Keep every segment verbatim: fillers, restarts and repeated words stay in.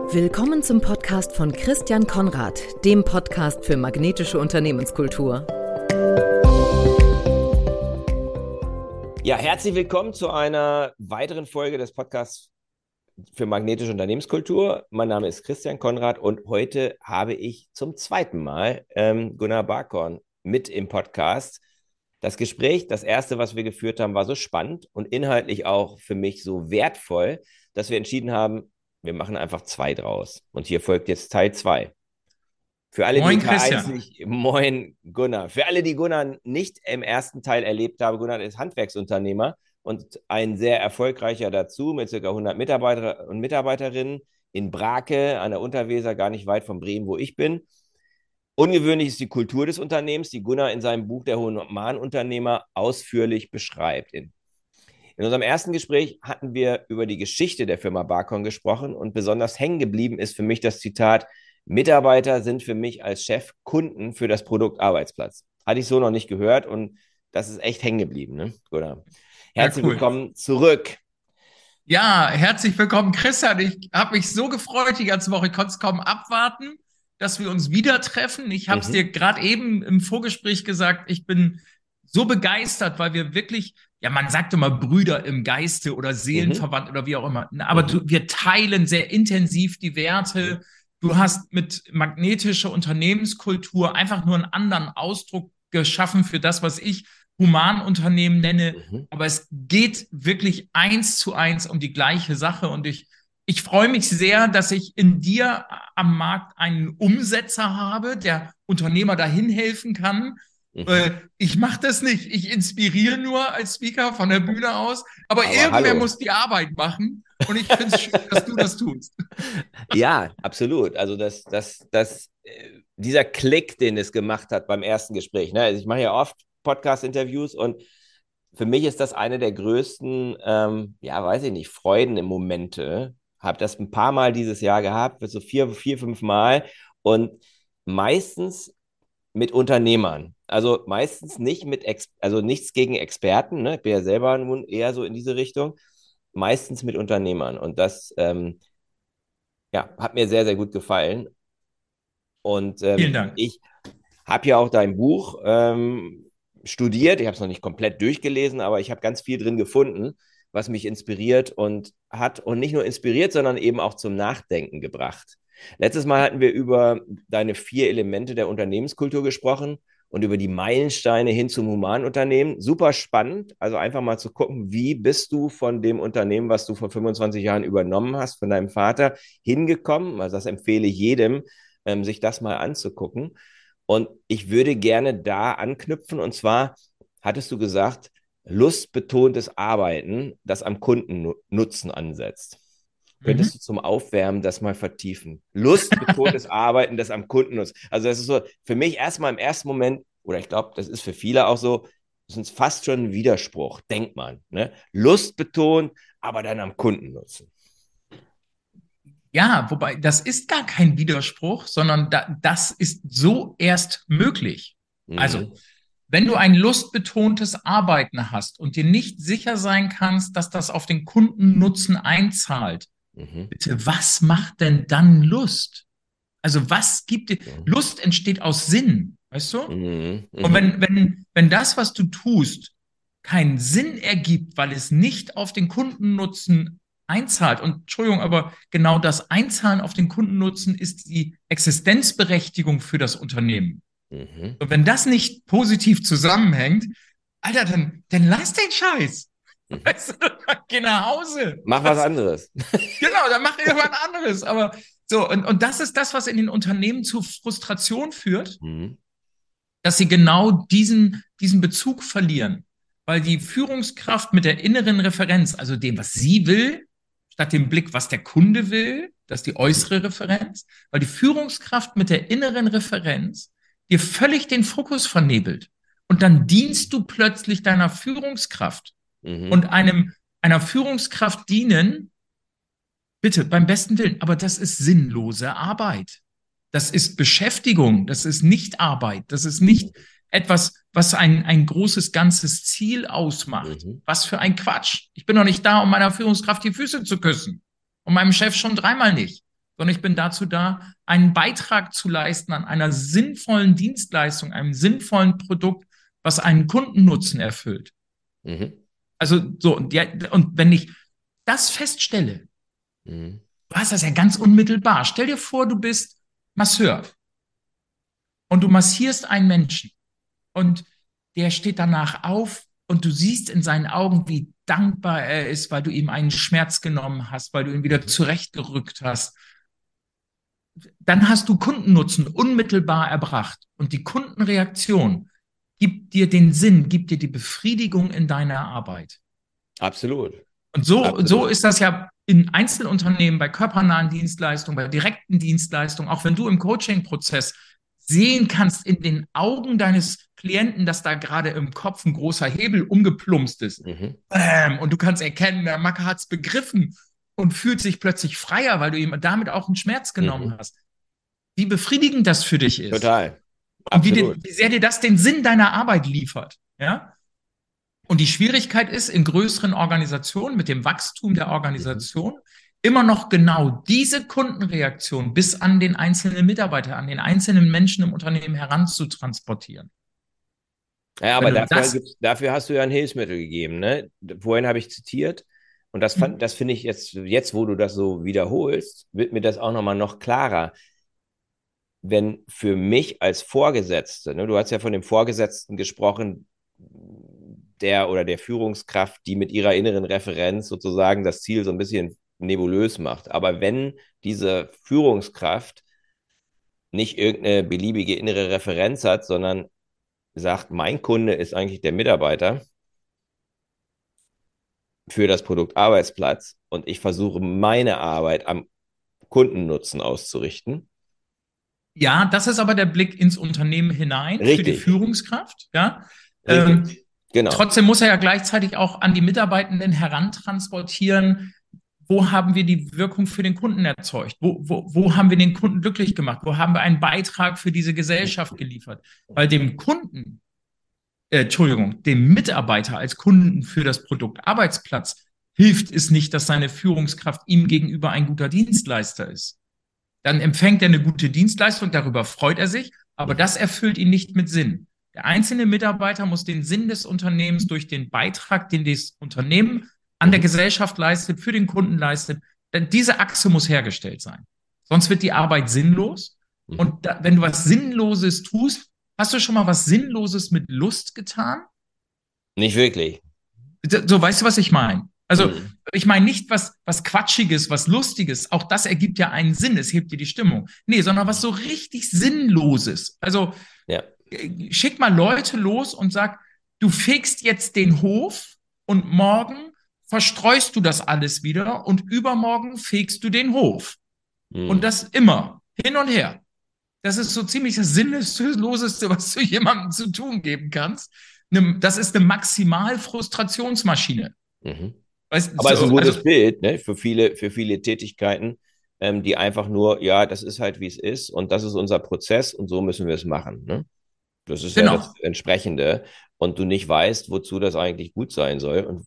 Willkommen zum Podcast von Christian Konrad, dem Podcast für magnetische Unternehmenskultur. Ja, herzlich willkommen zu einer weiteren Folge des Podcasts für magnetische Unternehmenskultur. Mein Name ist Christian Konrad und heute habe ich zum zweiten Mal ähm, Gunnar Barkhorn mit im Podcast. Das Gespräch, das erste, was wir geführt haben, war so spannend und inhaltlich auch für mich so wertvoll, dass wir entschieden haben, wir machen einfach zwei draus. Und hier folgt jetzt Teil zwei. Für alle, Moin, die Teil eins Christian. nicht, moin Gunnar. Für alle, die Gunnar nicht im ersten Teil erlebt haben, Gunnar ist Handwerksunternehmer und ein sehr erfolgreicher dazu mit ca. hundert Mitarbeiter und Mitarbeiterinnen in Brake an der Unterweser, gar nicht weit von Bremen, wo ich bin. Ungewöhnlich ist die Kultur des Unternehmens, die Gunnar in seinem Buch Der Humanunternehmer ausführlich beschreibt. In, in unserem ersten Gespräch hatten wir über die Geschichte der Firma Barkhorn gesprochen und besonders hängen geblieben ist für mich das Zitat: Mitarbeiter sind für mich als Chef Kunden für das Produkt Arbeitsplatz. Hatte ich so noch nicht gehört und das ist echt hängen geblieben, ne, Gunnar? Herzlich Ja, cool. willkommen zurück. Ja, herzlich willkommen, Christian. Ich habe mich so gefreut die ganze Woche. Ich konnte es kaum abwarten, dass wir uns wieder treffen. Ich habe es Mhm. dir gerade eben im Vorgespräch gesagt. Ich bin so begeistert, weil wir wirklich, ja, man sagt immer Brüder im Geiste oder Seelenverwandt oder wie auch immer. Aber Mhm. du, wir teilen sehr intensiv die Werte. Du hast mit magnetischer Unternehmenskultur einfach nur einen anderen Ausdruck geschaffen für das, was ich Humanunternehmen nenne. Mhm. Aber es geht wirklich eins zu eins um die gleiche Sache. Und ich, ich freue mich sehr, dass ich in dir am Markt einen Umsetzer habe, der Unternehmer dahin helfen kann. Mhm. Äh, ich mache das nicht. Ich inspiriere nur als Speaker von der Bühne aus. Aber, Aber irgendwer hallo. muss die Arbeit machen. Und ich finde es schön, dass du das tust. Ja, absolut. Also das, das, das, äh, dieser Klick, den es gemacht hat beim ersten Gespräch. Ne? Also ich mache ja oft Podcast-Interviews und für mich ist das eine der größten, ähm, ja, weiß ich nicht, Freuden im Momente. Habe das ein paar Mal dieses Jahr gehabt, so vier, vier, fünf Mal und meistens mit Unternehmern. Also meistens nicht mit, Ex also nichts gegen Experten. Ne? Ich bin ja selber nun eher so in diese Richtung. Meistens mit Unternehmern und das ähm, ja, hat mir sehr, sehr gut gefallen. Und Vielen ähm, Dank. ich habe ja auch dein Buch ähm, studiert. Ich habe es noch nicht komplett durchgelesen, aber ich habe ganz viel drin gefunden, was mich inspiriert und hat und nicht nur inspiriert, sondern eben auch zum Nachdenken gebracht. Letztes Mal hatten wir über deine vier Elemente der Unternehmenskultur gesprochen und über die Meilensteine hin zum Humanunternehmen. Super spannend, also einfach mal zu gucken, wie bist du von dem Unternehmen, was du vor fünfundzwanzig Jahren übernommen hast, von deinem Vater, hingekommen. Also das empfehle ich jedem, ähm, sich das mal anzugucken. Und ich würde gerne da anknüpfen. Und zwar hattest du gesagt, lustbetontes Arbeiten, das am Kundennutzen ansetzt. Könntest Mhm. du zum Aufwärmen das mal vertiefen? Lustbetontes Arbeiten, das am Kunden nutzt. Also das ist so für mich erstmal im ersten Moment, oder ich glaube, das ist für viele auch so, das ist fast schon ein Widerspruch, denkt man. Ne? Lustbetont, aber dann am Kunden nutzen. Ja, wobei das ist gar kein Widerspruch, sondern da, das ist so erst möglich. Also, Mhm. wenn du ein lustbetontes Arbeiten hast und dir nicht sicher sein kannst, dass das auf den Kundennutzen einzahlt, Mhm. bitte, was macht denn dann Lust? Also, was gibt dir, Mhm. Lust entsteht aus Sinn, weißt du? Mhm. Und wenn, wenn, wenn das, was du tust, keinen Sinn ergibt, weil es nicht auf den Kundennutzen einzahlt, und Entschuldigung, aber genau das Einzahlen auf den Kundennutzen ist die Existenzberechtigung für das Unternehmen. Mhm. Und wenn das nicht positiv zusammenhängt, Alter, dann, dann lass den Scheiß. Mhm. Weißt du, dann geh nach Hause. Mach was anderes. Genau, dann mach irgendwas anderes. Aber so, und, und das ist das, was in den Unternehmen zu Frustration führt, Mhm. dass sie genau diesen, diesen Bezug verlieren. Weil die Führungskraft mit der inneren Referenz, also dem, was sie will, statt dem Blick, was der Kunde will, das ist die äußere Referenz, weil die Führungskraft mit der inneren Referenz dir völlig den Fokus vernebelt. Und dann dienst du plötzlich deiner Führungskraft. Mhm. Und einem, einer Führungskraft dienen, bitte, beim besten Willen, aber das ist sinnlose Arbeit. Das ist Beschäftigung, das ist nicht Arbeit, das ist nicht etwas, was ein, ein großes ganzes Ziel ausmacht. Mhm. Was für ein Quatsch. Ich bin doch nicht da, um meiner Führungskraft die Füße zu küssen. Und meinem Chef schon dreimal nicht. sondern ich bin dazu da, einen Beitrag zu leisten an einer sinnvollen Dienstleistung, einem sinnvollen Produkt, was einen Kundennutzen erfüllt. Mhm. Also so, und, ja, und wenn ich das feststelle, Mhm. du hast das ja ganz unmittelbar. Stell dir vor, du bist Masseur und du massierst einen Menschen und der steht danach auf und du siehst in seinen Augen, wie dankbar er ist, weil du ihm einen Schmerz genommen hast, weil du ihn wieder zurechtgerückt hast. Dann hast du Kundennutzen unmittelbar erbracht und die Kundenreaktion gibt dir den Sinn, gibt dir die Befriedigung in deiner Arbeit. Absolut. Und so, Absolut. so ist das ja in Einzelunternehmen, bei körpernahen Dienstleistungen, bei direkten Dienstleistungen, auch wenn du im Coaching-Prozess sehen kannst in den Augen deines Klienten, dass da gerade im Kopf ein großer Hebel umgeplumpst ist. Mhm. Bäm, und du kannst erkennen, der Macker hat es begriffen und fühlt sich plötzlich freier, weil du ihm damit auch einen Schmerz genommen Mhm. hast. Wie befriedigend das für dich ist. Total. Und wie, Absolut. dir, wie sehr dir das den Sinn deiner Arbeit liefert. Ja? Und die Schwierigkeit ist, in größeren Organisationen, mit dem Wachstum der Organisation, mhm. immer noch genau diese Kundenreaktion bis an den einzelnen Mitarbeiter, an den einzelnen Menschen im Unternehmen heranzutransportieren. Ja, aber dafür, gibt's, dafür hast du ja ein Hilfsmittel gegeben, ne? Vorhin habe ich zitiert und das, fand, mhm. das finde ich jetzt, jetzt, wo du das so wiederholst, wird mir das auch nochmal noch klarer. Wenn für mich als Vorgesetzte, ne, du hast ja von dem Vorgesetzten gesprochen, der oder der Führungskraft, die mit ihrer inneren Referenz sozusagen das Ziel so ein bisschen nebulös macht. Aber wenn diese Führungskraft nicht irgendeine beliebige innere Referenz hat, sondern sagt, mein Kunde ist eigentlich der Mitarbeiter für das Produkt Arbeitsplatz und ich versuche meine Arbeit am Kundennutzen auszurichten. Ja, das ist aber der Blick ins Unternehmen hinein. Richtig. Für die Führungskraft. Ja. Ähm, genau. Trotzdem muss er ja gleichzeitig auch an die Mitarbeitenden herantransportieren, wo haben wir die Wirkung für den Kunden erzeugt? Wo, wo, wo haben wir den Kunden glücklich gemacht? Wo haben wir einen Beitrag für diese Gesellschaft geliefert? Weil dem Kunden, äh, Entschuldigung, dem Mitarbeiter als Kunden für das Produkt Arbeitsplatz hilft es nicht, dass seine Führungskraft ihm gegenüber ein guter Dienstleister ist. Dann empfängt er eine gute Dienstleistung, darüber freut er sich, aber das erfüllt ihn nicht mit Sinn. Der einzelne Mitarbeiter muss den Sinn des Unternehmens durch den Beitrag, den das Unternehmen an der Gesellschaft leistet, für den Kunden leistet, denn diese Achse muss hergestellt sein. Sonst wird die Arbeit sinnlos. Und da, wenn du was Sinnloses tust, hast du schon mal was Sinnloses mit Lust getan? Nicht wirklich. So, weißt du, was ich meine? Also, mhm. ich meine nicht was, was Quatschiges, was Lustiges. Auch das ergibt ja einen Sinn. Es hebt dir die Stimmung. Nee, sondern was so richtig Sinnloses. Also, ja. Schick mal Leute los und sag, du fegst jetzt den Hof und morgen verstreust du das alles wieder und übermorgen fegst du den Hof. Mhm. Und das immer, hin und her. Das ist so ziemlich das Sinnloseste, was du jemandem zu tun geben kannst. Das ist eine Maximal-Frustrationsmaschine. Mhm. Weißt, Aber es so, ist ein gutes also, Bild, ne, für viele, für viele Tätigkeiten, ähm, die einfach nur, ja, das ist halt, wie es ist und das ist unser Prozess und so müssen wir es machen. Ne? Das ist genau. ja das Entsprechende. Und du nicht weißt, wozu das eigentlich gut sein soll und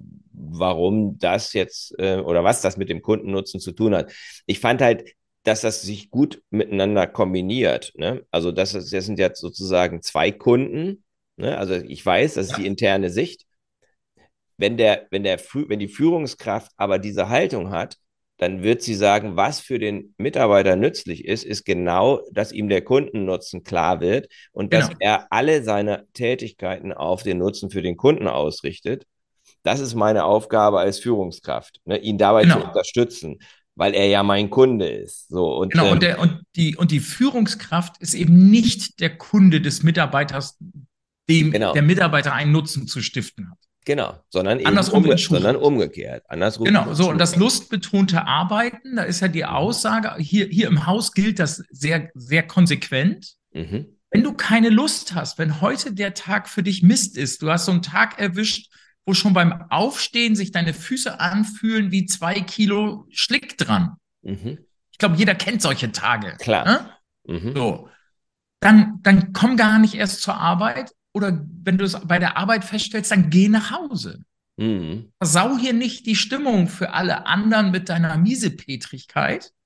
warum das jetzt äh, oder was das mit dem Kundennutzen zu tun hat. Ich fand halt, dass das sich gut miteinander kombiniert. Ne? Also das, ist, das sind jetzt sozusagen zwei Kunden. Ne? Also ich weiß, das ist die interne Sicht. Wenn, der, wenn, der, wenn die Führungskraft aber diese Haltung hat, dann wird sie sagen, was für den Mitarbeiter nützlich ist, ist genau, dass ihm der Kundennutzen klar wird und genau. dass er alle seine Tätigkeiten auf den Nutzen für den Kunden ausrichtet. Das ist meine Aufgabe als Führungskraft, ne, ihn dabei genau. zu unterstützen, weil er ja mein Kunde ist. So, und, genau, ähm, und, der, und, die, und die Führungskraft ist eben nicht der Kunde des Mitarbeiters, dem genau. der Mitarbeiter einen Nutzen zu stiften hat. Genau, sondern eben Andersrum umge sondern umgekehrt. Andersrum genau, so und das lustbetonte Arbeiten, da ist ja die Aussage, hier, hier im Haus gilt das sehr, sehr konsequent. Mhm. Wenn du keine Lust hast, wenn heute der Tag für dich Mist ist, du hast so einen Tag erwischt, wo schon beim Aufstehen sich deine Füße anfühlen wie zwei Kilo Schlick dran. Mhm. Ich glaube, jeder kennt solche Tage. Klar. Ne? Mhm. So. Dann, dann komm gar nicht erst zur Arbeit. Oder wenn du es bei der Arbeit feststellst, dann geh nach Hause. Mhm. Versau hier nicht die Stimmung für alle anderen mit deiner Miesepetrigkeit,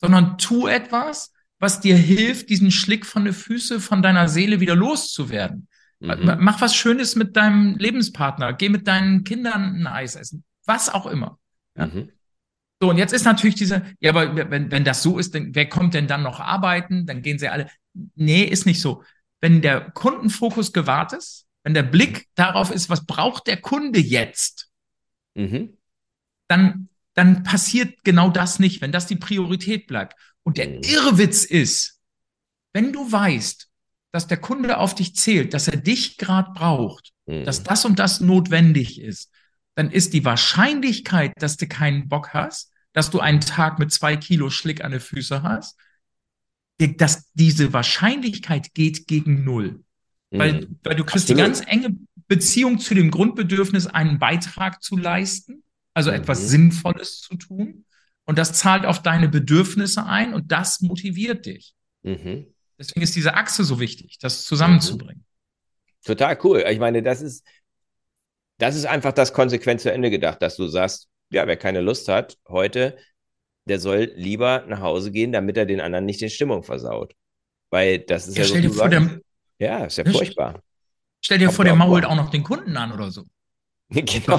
sondern tu etwas, was dir hilft, diesen Schlick von den Füßen, von deiner Seele wieder loszuwerden. Mhm. Mach was Schönes mit deinem Lebenspartner, geh mit deinen Kindern ein Eis essen, was auch immer. Ja? Mhm. So, und jetzt ist natürlich diese, ja, aber wenn, wenn das so ist, dann, wer kommt denn dann noch arbeiten? Dann gehen sie alle. Nee, ist nicht so. Wenn der Kundenfokus gewahrt ist, wenn der Blick darauf ist, was braucht der Kunde jetzt, mhm. dann, dann passiert genau das nicht, wenn das die Priorität bleibt. Und der mhm. Irrwitz ist, wenn du weißt, dass der Kunde auf dich zählt, dass er dich gerade braucht, mhm. dass das und das notwendig ist, dann ist die Wahrscheinlichkeit, dass du keinen Bock hast, dass du einen Tag mit zwei Kilo Schlick an den Füßen hast, dass diese Wahrscheinlichkeit geht gegen null. Mhm. Weil, weil du kriegst Absolut. Die ganz enge Beziehung zu dem Grundbedürfnis, einen Beitrag zu leisten, also mhm. etwas Sinnvolles zu tun. Und das zahlt auf deine Bedürfnisse ein und das motiviert dich. Mhm. Deswegen ist diese Achse so wichtig, das zusammenzubringen. Total cool. Ich meine, das ist, das ist einfach das konsequent zu Ende gedacht, dass du sagst, ja, wer keine Lust hat heute, der soll lieber nach Hause gehen, damit er den anderen nicht die Stimmung versaut. Weil das ist ja, ja stell dir vor, der, ja, ist ja furchtbar. Stell dir vor, der mault auch noch den Kunden an oder so. Genau.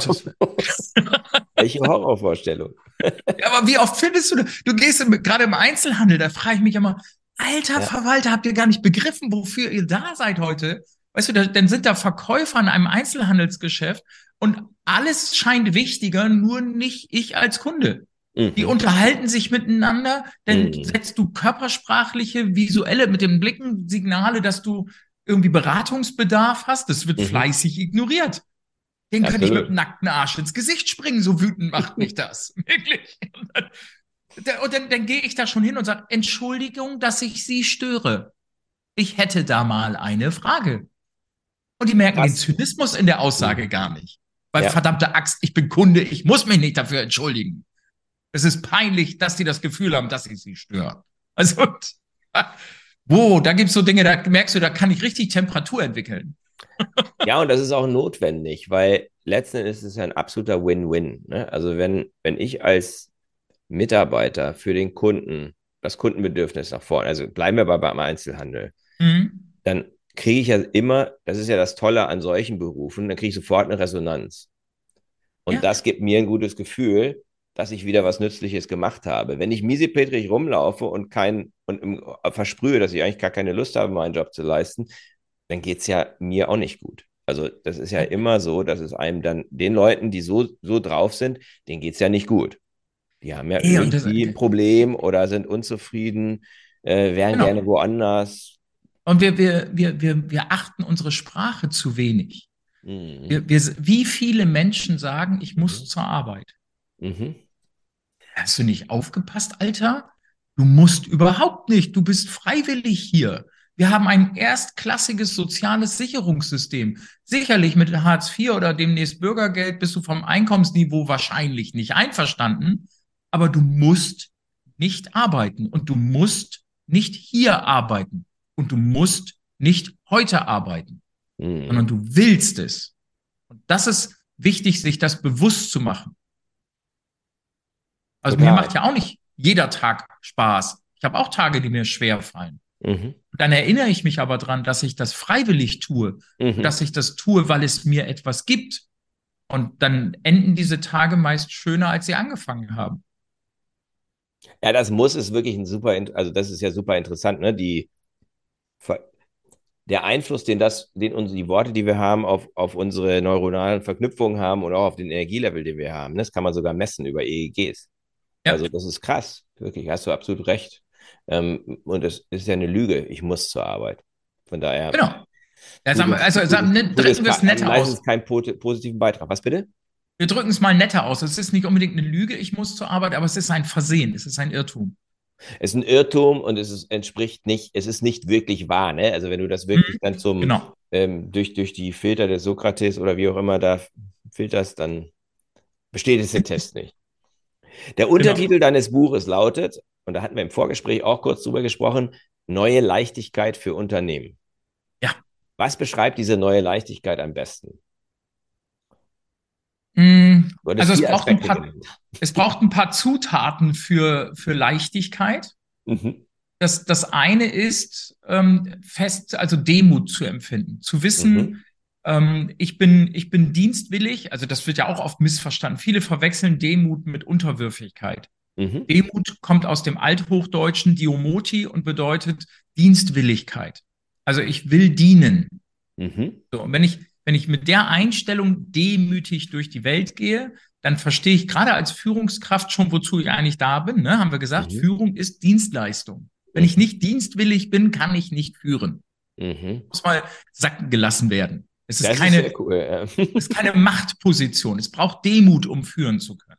Welche Horrorvorstellung. Ja, aber wie oft findest du, du gehst im, gerade im Einzelhandel, da frage ich mich immer, alter ja. Verwalter, habt ihr gar nicht begriffen, wofür ihr da seid heute? Weißt du, da, dann sind da Verkäufer in einem Einzelhandelsgeschäft und alles scheint wichtiger, nur nicht ich als Kunde. Mhm. Die unterhalten sich miteinander, dann mhm. setzt du körpersprachliche, visuelle, mit den Blicken Signale, dass du irgendwie Beratungsbedarf hast. Das wird mhm. fleißig ignoriert. Den könnte ich mit dem nackten Arsch ins Gesicht springen, so wütend macht mich das. Wirklich. Und dann, und dann, dann gehe ich da schon hin und sage, Entschuldigung, dass ich Sie störe. Ich hätte da mal eine Frage. Und die merken Was? den Zynismus in der Aussage mhm. gar nicht. Weil ja. verdammte Axt, ich bin Kunde, ich muss mich nicht dafür entschuldigen. Es ist peinlich, dass die das Gefühl haben, dass ich sie störe. Also, wow, da gibt's so Dinge, da merkst du, da kann ich richtig Temperatur entwickeln. Ja, und das ist auch notwendig, weil letzten Endes ist es ja ein absoluter Win-Win. Ne? Also wenn, wenn ich als Mitarbeiter für den Kunden das Kundenbedürfnis nach vorne, also bleiben wir beim Einzelhandel, mhm. dann kriege ich ja immer, das ist ja das Tolle an solchen Berufen, dann kriege ich sofort eine Resonanz. Und ja. das gibt mir ein gutes Gefühl, dass ich wieder was Nützliches gemacht habe. Wenn ich miesepetrig rumlaufe und kein und im, versprühe, dass ich eigentlich gar keine Lust habe, meinen Job zu leisten, dann geht es ja mir auch nicht gut. Also das ist ja immer so, dass es einem dann, den Leuten, die so, so drauf sind, denen geht es ja nicht gut. Die haben ja Ey, irgendwie ein Problem oder sind unzufrieden, äh, wären genau. gerne woanders. Und wir, wir, wir, wir, wir achten unsere Sprache zu wenig. Mhm. Wir, wir, wie viele Menschen sagen, ich muss mhm. zur Arbeit? Mhm. Hast du nicht aufgepasst, Alter? Du musst überhaupt nicht. Du bist freiwillig hier. Wir haben ein erstklassiges soziales Sicherungssystem. Sicherlich mit Hartz vier oder demnächst Bürgergeld bist du vom Einkommensniveau wahrscheinlich nicht einverstanden, aber du musst nicht arbeiten und du musst nicht hier arbeiten und du musst nicht heute arbeiten, mhm. sondern du willst es. Und das ist wichtig, sich das bewusst zu machen. Also Total. Mir macht ja auch nicht jeder Tag Spaß. Ich habe auch Tage, die mir schwer fallen. Mhm. Dann erinnere ich mich aber dran, dass ich das freiwillig tue, mhm. dass ich das tue, weil es mir etwas gibt. Und dann enden diese Tage meist schöner, als sie angefangen haben. Ja, das muss ist wirklich ein super, also das ist ja super interessant, ne? Die, der Einfluss, den das, den unsere, die Worte, die wir haben, auf, auf unsere neuronalen Verknüpfungen haben und auch auf den Energielevel, den wir haben, das kann man sogar messen über E E Gs. Ja. Also das ist krass, wirklich, hast du absolut recht. Ähm, und es ist ja eine Lüge, ich muss zur Arbeit. Von daher. Genau. Ja, sagen wir, also sagen, ne, drücken wir es netter aus. Meistens keinen positiven Beitrag. Was bitte? Wir drücken es mal netter aus. Es ist nicht unbedingt eine Lüge, ich muss zur Arbeit, aber es ist ein Versehen, es ist ein Irrtum. Es ist ein Irrtum und es ist, entspricht nicht, es ist nicht wirklich wahr. Ne? Also wenn du das wirklich mhm. dann zum, genau. ähm, durch, durch die Filter des Sokrates oder wie auch immer da filterst, dann besteht es der Test nicht. Der Untertitel genau. deines Buches lautet, und da hatten wir im Vorgespräch auch kurz drüber gesprochen, neue Leichtigkeit für Unternehmen. Ja. Was beschreibt diese neue Leichtigkeit am besten? Mm, Du hattest Also es vier braucht ein Aspekte paar, genannt. es braucht ein paar Zutaten für, für Leichtigkeit. Mhm. Das, das eine ist, ähm, fest, also Demut zu empfinden, zu wissen, Mhm. ähm, ich bin, ich bin dienstwillig, also das wird ja auch oft missverstanden. Viele verwechseln Demut mit Unterwürfigkeit. Mhm. Demut kommt aus dem althochdeutschen Diomoti und bedeutet Dienstwilligkeit. Also ich will dienen. Mhm. So, und wenn ich, wenn ich mit der Einstellung demütig durch die Welt gehe, dann verstehe ich gerade als Führungskraft schon, wozu ich eigentlich da bin. Ne? Haben wir gesagt, Mhm. Führung ist Dienstleistung. Wenn ich Mhm. nicht dienstwillig bin, kann ich nicht führen. Mhm. Muss mal sacken gelassen werden. Es ist Das ist keine, sehr cool. Ja. es ist keine Machtposition. Es braucht Demut, um führen zu können.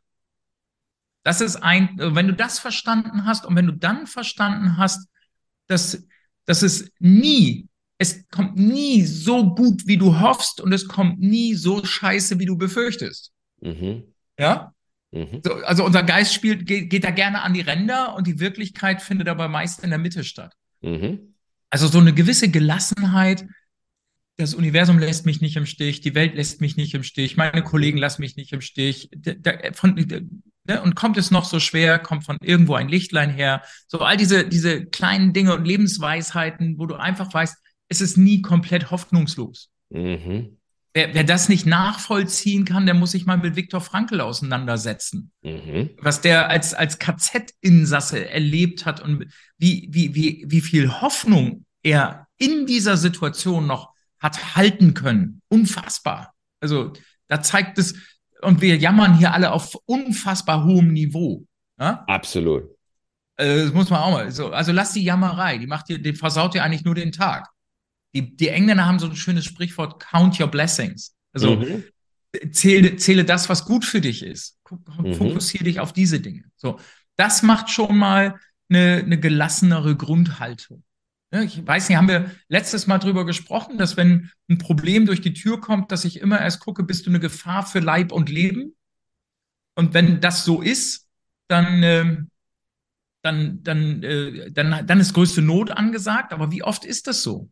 Das ist ein, wenn du das verstanden hast und wenn du dann verstanden hast, dass, dass es nie, es kommt nie so gut, wie du hoffst und es kommt nie so scheiße, wie du befürchtest. Mhm. Ja? Mhm. So, also unser Geist spielt, geht, geht da gerne an die Ränder und die Wirklichkeit findet aber meist in der Mitte statt. Mhm. Also so eine gewisse Gelassenheit, das Universum lässt mich nicht im Stich, die Welt lässt mich nicht im Stich, meine Kollegen lassen mich nicht im Stich. Da, da, von, ne, und kommt es noch so schwer, kommt von irgendwo ein Lichtlein her. So all diese, diese kleinen Dinge und Lebensweisheiten, wo du einfach weißt, es ist nie komplett hoffnungslos. Mhm. Wer, wer das nicht nachvollziehen kann, der muss sich mal mit Viktor Frankl auseinandersetzen. Mhm. Was der als, als K Z-Insasse erlebt hat und wie, wie, wie, wie viel Hoffnung er in dieser Situation noch hat halten können. Unfassbar. Also da zeigt es, und wir jammern hier alle auf unfassbar hohem Niveau. Ja? Absolut. Also, das muss man auch mal. So, also lass die Jammerei, die macht dir, die versaut dir eigentlich nur den Tag. Die, die Engländer haben so ein schönes Sprichwort, count your blessings. Also Mhm. zähle, zähle das, was gut für dich ist. Mhm. Fokussiere dich auf diese Dinge. So, das macht schon mal eine, eine gelassenere Grundhaltung. Ja, ich weiß nicht, haben wir letztes Mal drüber gesprochen, dass wenn ein Problem durch die Tür kommt, dass ich immer erst gucke, bist du eine Gefahr für Leib und Leben? Und wenn das so ist, dann, ähm, dann, dann, äh, dann, dann ist größte Not angesagt. Aber wie oft ist das so?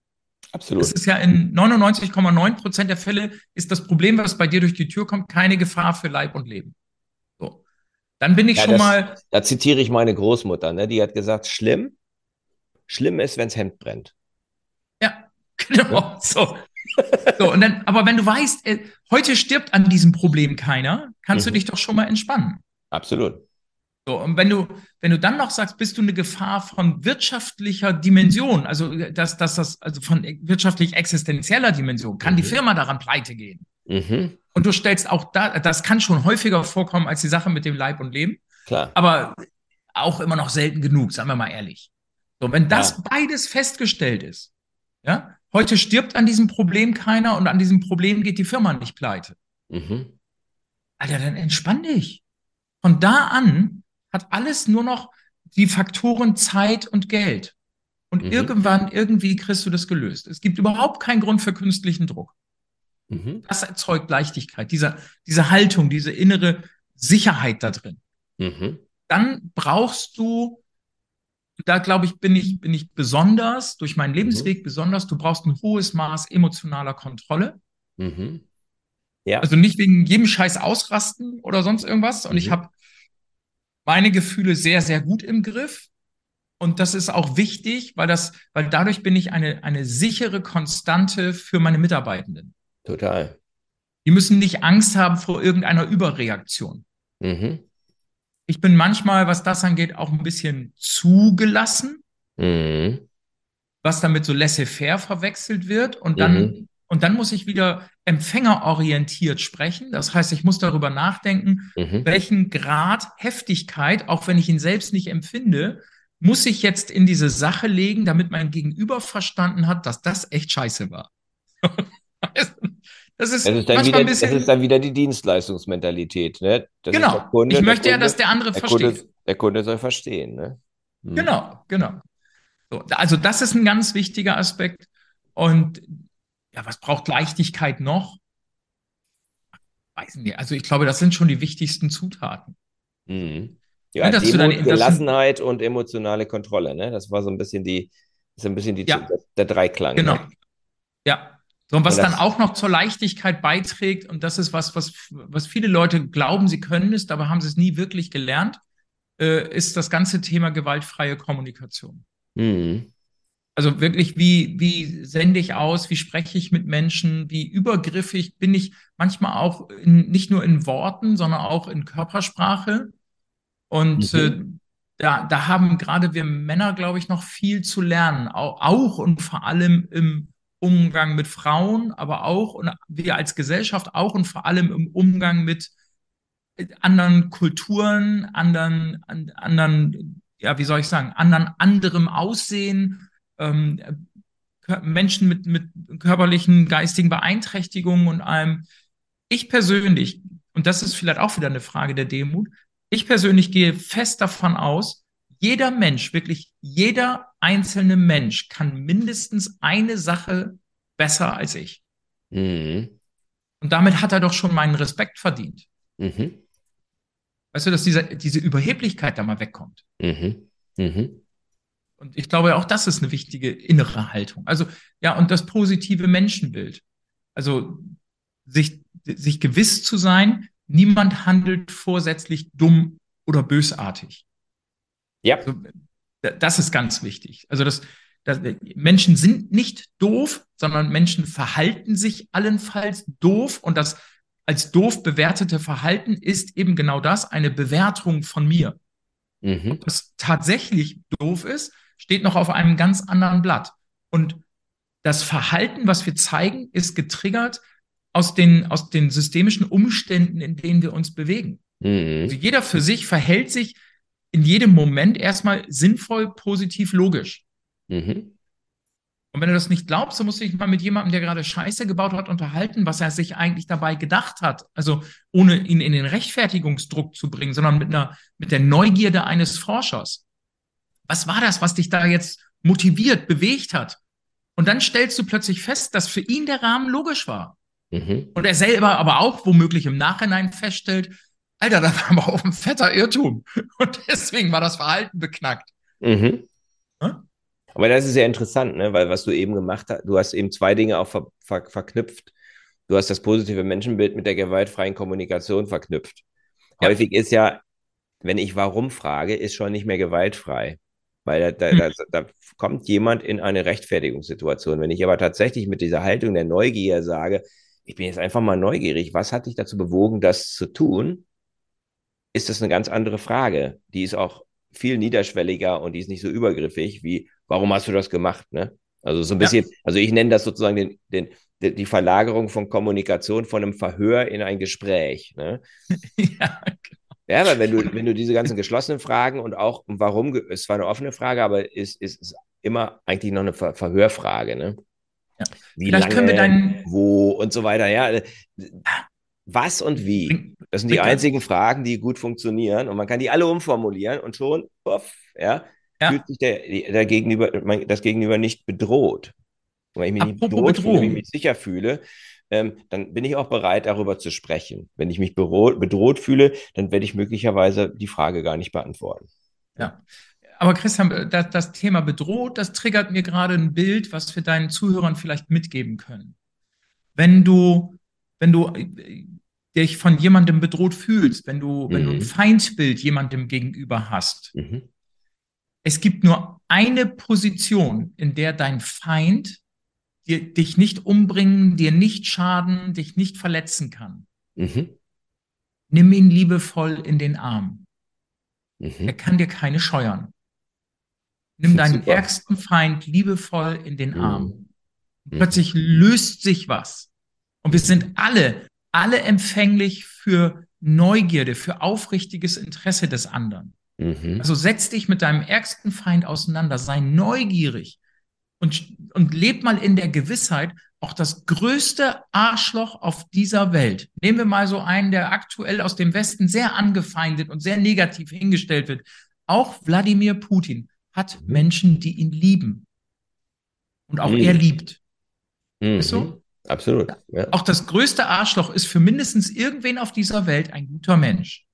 Es Absolut. ist ja in neunundneunzig Komma neun Prozent der Fälle ist das Problem, was bei dir durch die Tür kommt, keine Gefahr für Leib und Leben. So. Dann bin ich Ja, schon das, mal, da zitiere ich meine Großmutter, ne? Die hat gesagt, schlimm, schlimm ist, wenns Hemd brennt. ja, Ne? genau, so. So, und dann, aber wenn du weißt, äh, heute stirbt an diesem Problem keiner, kannst du Mhm. dich doch schon mal entspannen. Absolut. So, und wenn du, wenn du dann noch sagst, bist du eine Gefahr von wirtschaftlicher Dimension, also äh, dass, dass das, also von wirtschaftlich existenzieller Dimension, kann die Mhm. Firma daran pleite gehen. Mhm. Und du stellst auch da, das kann schon häufiger vorkommen als die Sache mit dem Leib und Leben, Klar. aber auch immer noch selten genug, sagen wir mal ehrlich. So, wenn das Ja. beides festgestellt ist, ja, heute stirbt an diesem Problem keiner und an diesem Problem geht die Firma nicht pleite. Mhm. Alter, dann entspann dich. Von da an hat alles nur noch die Faktoren Zeit und Geld. Und Mhm. irgendwann, irgendwie kriegst du das gelöst. Es gibt überhaupt keinen Grund für künstlichen Druck. Mhm. Das erzeugt Leichtigkeit, diese, diese Haltung, diese innere Sicherheit da drin. Mhm. Dann brauchst du, da glaube ich, bin ich, bin ich besonders, durch meinen Mhm. Lebensweg besonders, du brauchst ein hohes Maß emotionaler Kontrolle. Mhm. Ja. Also nicht wegen jedem Scheiß ausrasten oder sonst irgendwas. Und ich Mhm. habe meine Gefühle sehr, sehr gut im Griff. Und das ist auch wichtig, weil das, weil dadurch bin ich eine, eine sichere Konstante für meine Mitarbeitenden. Total. Die müssen nicht Angst haben vor irgendeiner Überreaktion. Mhm. Ich bin manchmal, was das angeht, auch ein bisschen zugelassen, Mhm. was damit so laissez-faire verwechselt wird. Und dann, Mhm. und dann muss ich wieder empfängerorientiert sprechen. Das heißt, ich muss darüber nachdenken, Mhm. welchen Grad Heftigkeit, auch wenn ich ihn selbst nicht empfinde, muss ich jetzt in diese Sache legen, damit mein Gegenüber verstanden hat, dass das echt scheiße war. Das Das ist ist dann manchmal wieder, ein das ist bisschen, dann wieder die Dienstleistungsmentalität, ne? Das ist der genau. Ich Kunde, der möchte ja, dass Kunde, der andere der Kunde, versteht. der Kunde soll verstehen, ne? Mhm. Genau, genau. So, also das ist ein ganz wichtiger Aspekt. Und ja, was braucht Leichtigkeit noch? Weiß nicht. Also ich glaube, das sind schon die wichtigsten Zutaten. Mhm. Ne, Ja, dass du Demut, dann, das sind, Gelassenheit und emotionale Kontrolle, ne? Das war so ein bisschen die, so ein bisschen die, ja, der Dreiklang, genau. ne? Ja. So, und was Und das, dann auch noch zur Leichtigkeit beiträgt, und das ist was, was, was viele Leute glauben, sie können es, dabei haben sie es nie wirklich gelernt, äh, ist das ganze Thema gewaltfreie Kommunikation. mhm. Also wirklich, wie, wie sende ich aus, wie spreche ich mit Menschen, wie übergriffig bin ich manchmal auch in, nicht nur in Worten, sondern auch in Körpersprache. Und äh, Mhm. da, da haben gerade wir Männer, glaube ich, noch viel zu lernen, auch, auch und vor allem im Umgang mit Frauen, aber auch und wir als Gesellschaft auch und vor allem im Umgang mit anderen Kulturen, anderen, an, anderen, ja, wie soll ich sagen, anderen, anderem Aussehen, ähm, Menschen mit, mit körperlichen, geistigen Beeinträchtigungen und allem. Ich persönlich, und das ist vielleicht auch wieder eine Frage der Demut, ich persönlich gehe fest davon aus, jeder Mensch, wirklich jeder einzelne Mensch kann mindestens eine Sache besser als ich. Mhm. Und damit hat er doch schon meinen Respekt verdient. Mhm. Weißt du, dass diese, diese Überheblichkeit da mal wegkommt. Mhm. Mhm. Und ich glaube, auch das ist eine wichtige innere Haltung. Also, ja, und das positive Menschenbild. Also, sich, sich gewiss zu sein, niemand handelt vorsätzlich dumm oder bösartig. Ja. Also, das ist ganz wichtig. Also, das, das, Menschen sind nicht doof, sondern Menschen verhalten sich allenfalls doof. Und das als doof bewertete Verhalten ist eben genau das, eine Bewertung von mir. Mhm. Ob das tatsächlich doof ist, steht noch auf einem ganz anderen Blatt. Und das Verhalten, was wir zeigen, ist getriggert aus den, aus den systemischen Umständen, in denen wir uns bewegen. Also Mhm. jeder für sich verhält sich in jedem Moment erstmal sinnvoll, positiv, logisch. Mhm. Und wenn du das nicht glaubst, dann musst du dich mal mit jemandem, der gerade Scheiße gebaut hat, unterhalten, was er sich eigentlich dabei gedacht hat. Also ohne ihn in den Rechtfertigungsdruck zu bringen, sondern mit einer, mit der Neugierde eines Forschers. Was war das, was dich da jetzt motiviert, bewegt hat? Und dann stellst du plötzlich fest, dass für ihn der Rahmen logisch war. Mhm. Und er selber aber auch womöglich im Nachhinein feststellt, Alter, da war aber auch ein fetter Irrtum. Und deswegen war das Verhalten beknackt. Mhm. Hm? Aber das ist sehr interessant, ne? Weil was du eben gemacht hast, du hast eben zwei Dinge auch ver ver verknüpft. Du hast das positive Menschenbild mit der gewaltfreien Kommunikation verknüpft. Ja. Häufig ist ja, wenn ich warum frage, ist schon nicht mehr gewaltfrei. Weil da, Hm. da, da kommt jemand in eine Rechtfertigungssituation. Wenn ich aber tatsächlich mit dieser Haltung der Neugier sage, ich bin jetzt einfach mal neugierig, was hat dich dazu bewogen, das zu tun, ist das eine ganz andere Frage. Die ist auch viel niederschwelliger und die ist nicht so übergriffig wie, warum hast du das gemacht? Ne? Also so ein Ja. bisschen, also ich nenne das sozusagen den, den, die Verlagerung von Kommunikation von einem Verhör in ein Gespräch. Ne? Ja. Ja, weil wenn du, wenn du diese ganzen geschlossenen Fragen und auch warum, ist zwar eine offene Frage, aber ist, ist, ist immer eigentlich noch eine Ver Verhörfrage, ne? Ja. Wie Vielleicht können wir lange, deinen, wo und so weiter, ja. Was und wie? bringt, Das sind die bringt einzigen Fragen, die gut funktionieren und man kann die alle umformulieren und schon, puff, ja, fühlt ja, sich der, der Gegenüber, das Gegenüber nicht bedroht. Und wenn ich mich nicht apropos bedroht fühle, wenn ich mich Bedrohung. sicher fühle, ähm, dann bin ich auch bereit, darüber zu sprechen. Wenn ich mich bedroht, bedroht fühle, dann werde ich möglicherweise die Frage gar nicht beantworten. Ja. Aber Christian, das, das Thema bedroht, das triggert mir gerade ein Bild, was wir deinen Zuhörern vielleicht mitgeben können. Wenn du, wenn du äh, dich von jemandem bedroht fühlst, wenn du, wenn du ein Mhm. Feindbild jemandem gegenüber hast, Mhm. es gibt nur eine Position, in der dein Feind dir, dich nicht umbringen, dir nicht schaden, dich nicht verletzen kann. Mhm. Nimm ihn liebevoll in den Arm. Er Mhm. kann dir keine scheuern. Nimm deinen Super. ärgsten Feind liebevoll in den Arm. Mhm. Mhm. Plötzlich löst sich was. Und wir sind alle, alle empfänglich für Neugierde, für aufrichtiges Interesse des anderen. Mhm. Also setz dich mit deinem ärgsten Feind auseinander, sei neugierig und, und leb mal in der Gewissheit, auch das größte Arschloch auf dieser Welt. Nehmen wir mal so einen, der aktuell aus dem Westen sehr angefeindet und sehr negativ hingestellt wird. Auch Wladimir Putin hat Mhm. Menschen, die ihn lieben. Und auch er Mhm. liebt. Weißt Mhm. du? Absolut. Ja. Auch das größte Arschloch ist für mindestens irgendwen auf dieser Welt ein guter Mensch.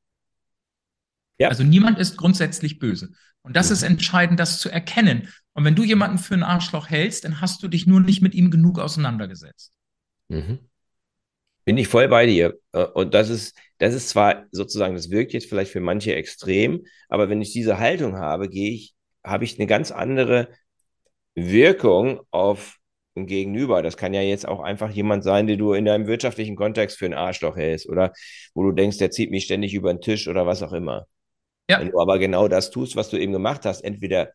Ja. Also niemand ist grundsätzlich böse. Und das ist Mhm. entscheidend, das zu erkennen. Und wenn du jemanden für ein Arschloch hältst, dann hast du dich nur nicht mit ihm genug auseinandergesetzt. Mhm. Bin ich voll bei dir. Äh, Und das ist, das ist zwar sozusagen, das wirkt jetzt vielleicht für manche extrem, aber wenn ich diese Haltung habe, gehe ich, habe ich eine ganz andere Wirkung auf ein Gegenüber. Das kann ja jetzt auch einfach jemand sein, den du in deinem wirtschaftlichen Kontext für ein Arschloch hältst oder wo du denkst, der zieht mich ständig über den Tisch oder was auch immer. Wenn Ja, du aber genau das tust, was du eben gemacht hast, entweder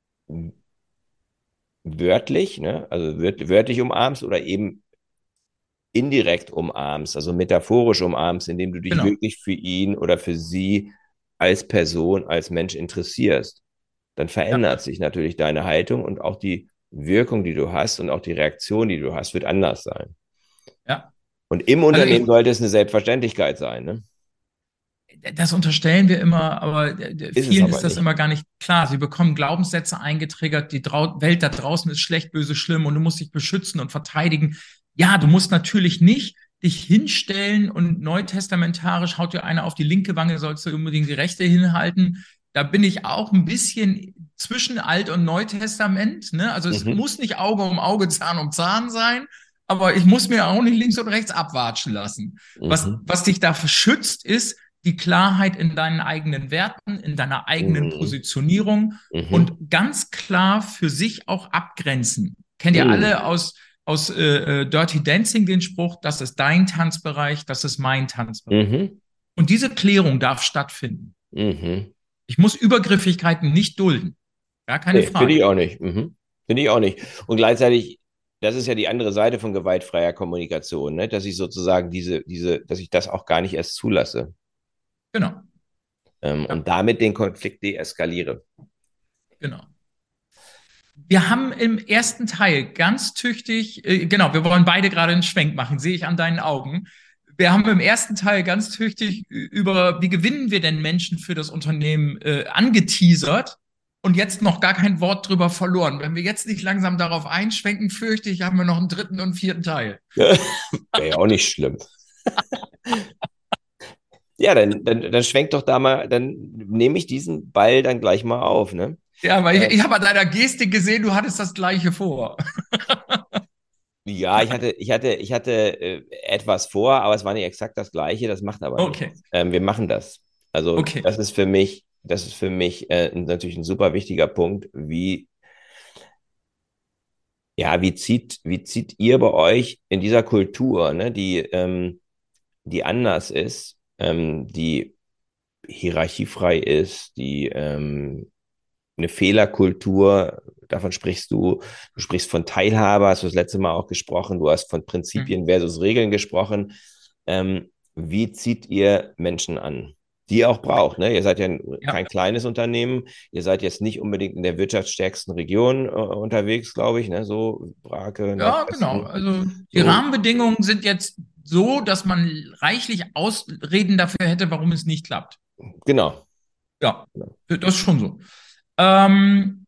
wörtlich, ne, also wört, wörtlich umarmst oder eben indirekt umarmst, also metaphorisch umarmst, indem du dich genau. wirklich für ihn oder für sie als Person, als Mensch interessierst, dann Ja, verändert sich natürlich deine Haltung und auch die Wirkung, die du hast und auch die Reaktion, die du hast, wird anders sein. ja. Und im Also ich, Unternehmen sollte es eine Selbstverständlichkeit sein, ne? das unterstellen wir immer, aber Ist es vielen aber ist das nicht. immer gar nicht klar. Sie bekommen Glaubenssätze eingetriggert, die Drau Welt da draußen ist schlecht, böse, schlimm und du musst dich beschützen und verteidigen. Ja, du musst natürlich nicht dich hinstellen und neutestamentarisch haut dir einer auf die linke Wange, sollst du unbedingt die rechte hinhalten. Da bin ich auch ein bisschen zwischen Alt- und Neutestament. Ne? Also es Mhm. muss nicht Auge um Auge, Zahn um Zahn sein, aber ich muss mir auch nicht links und rechts abwatschen lassen. Was, Mhm. was dich da schützt, ist, die Klarheit in deinen eigenen Werten, in deiner eigenen Mhm. Positionierung und Mhm. ganz klar für sich auch abgrenzen. Kennt ihr Mhm. alle aus, aus äh, äh, Dirty Dancing den Spruch, das ist dein Tanzbereich, das ist mein Tanzbereich. Mhm. Und diese Klärung darf stattfinden. Mhm. Ich muss Übergriffigkeiten nicht dulden. Gar keine Nee, finde Frage. ich auch nicht. Mhm. Finde ich auch nicht. Und gleichzeitig, das ist ja die andere Seite von gewaltfreier Kommunikation, ne? Dass ich sozusagen diese, diese, dass ich das auch gar nicht erst zulasse. Genau. Ähm, Ja, und damit den Konflikt deeskaliere. genau. Wir haben im ersten Teil ganz tüchtig, äh, genau, wir wollen beide gerade einen Schwenk machen, sehe ich an deinen Augen. Wir haben im ersten Teil ganz tüchtig über, wie gewinnen wir denn Menschen für das Unternehmen äh, angeteasert und jetzt noch gar kein Wort drüber verloren. Wenn wir jetzt nicht langsam darauf einschwenken, fürchte ich, haben wir noch einen dritten und vierten Teil. Wäre ja auch nicht schlimm. Ja, dann, dann, dann schwenk doch da mal, dann nehme ich diesen Ball dann gleich mal auf, ne? Ja, weil ich, Äh, ich habe an deiner Gestik gesehen, du hattest das Gleiche vor. ja, ich hatte, ich hatte, ich hatte äh, etwas vor, aber es war nicht exakt das Gleiche, das macht aber Okay, nichts. Ähm, wir machen das. Also, okay. das ist für mich, das ist für mich äh, natürlich ein super wichtiger Punkt. Wie, ja, wie zieht, wie zieht ihr bei euch in dieser Kultur, ne, die, ähm, die anders ist, ähm, die hierarchiefrei ist, die ähm, eine Fehlerkultur, davon sprichst du, du sprichst von Teilhabe, hast du das letzte Mal auch gesprochen, du hast von Hm. Prinzipien versus Regeln gesprochen. Ähm, wie zieht ihr Menschen an, die ihr auch braucht? Ne? Ihr seid ja Ja. kein kleines Unternehmen, ihr seid jetzt nicht unbedingt in der wirtschaftsstärksten Region äh, unterwegs, glaube ich, ne? So Brake, Ja, genau. Nordwesten, Also die so, Rahmenbedingungen sind jetzt so, dass man reichlich Ausreden dafür hätte, warum es nicht klappt. genau. Ja, das ist schon so. Ähm,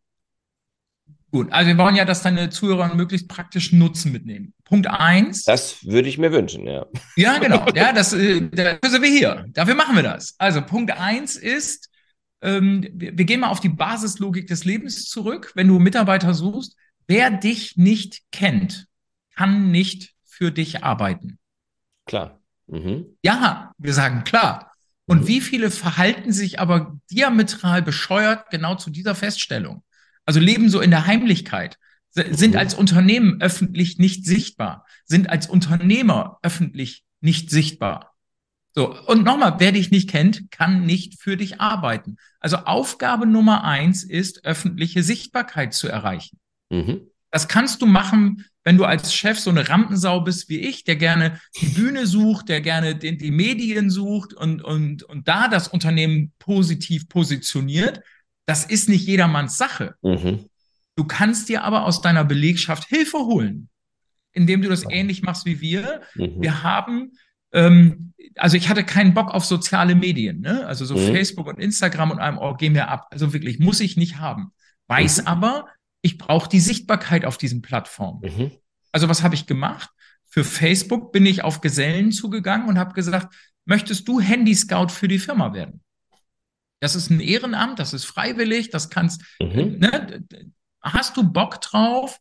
gut, also wir wollen ja, dass deine Zuhörer einen möglichst praktischen Nutzen mitnehmen. Punkt eins. Das würde ich mir wünschen, ja. Ja, genau. Ja, das, äh, dafür sind wir hier. Dafür machen wir das. Also Punkt eins ist, ähm, wir, wir gehen mal auf die Basislogik des Lebens zurück. Wenn du Mitarbeiter suchst, wer dich nicht kennt, kann nicht für dich arbeiten. Klar. Mhm. Ja, wir sagen klar. Und Mhm. wie viele verhalten sich aber diametral bescheuert genau zu dieser Feststellung? Also leben so in der Heimlichkeit, sind als Mhm. Unternehmen öffentlich nicht sichtbar, sind als Unternehmer öffentlich nicht sichtbar. So, und nochmal, wer dich nicht kennt, kann nicht für dich arbeiten. Also Aufgabe Nummer eins ist, öffentliche Sichtbarkeit zu erreichen. Mhm. Das kannst du machen, wenn du als Chef so eine Rampensau bist wie ich, der gerne die Bühne sucht, der gerne den, die Medien sucht und, und, und da das Unternehmen positiv positioniert. Das ist nicht jedermanns Sache. Mhm. Du kannst dir aber aus deiner Belegschaft Hilfe holen, indem du das ähnlich machst wie wir. Mhm. Wir haben, ähm, also ich hatte keinen Bock auf soziale Medien, ne? Also so Mhm. Facebook und Instagram und einem, oh, geh mir ab. Also wirklich, muss ich nicht haben. Weiß Mhm. aber, ich brauche die Sichtbarkeit auf diesen Plattformen. Mhm. Also was habe ich gemacht? Für Facebook bin ich auf Gesellen zugegangen und habe gesagt, möchtest du Handy-Scout für die Firma werden? Das ist ein Ehrenamt, das ist freiwillig, das kannst, äh, Mhm. ne? Hast du Bock drauf,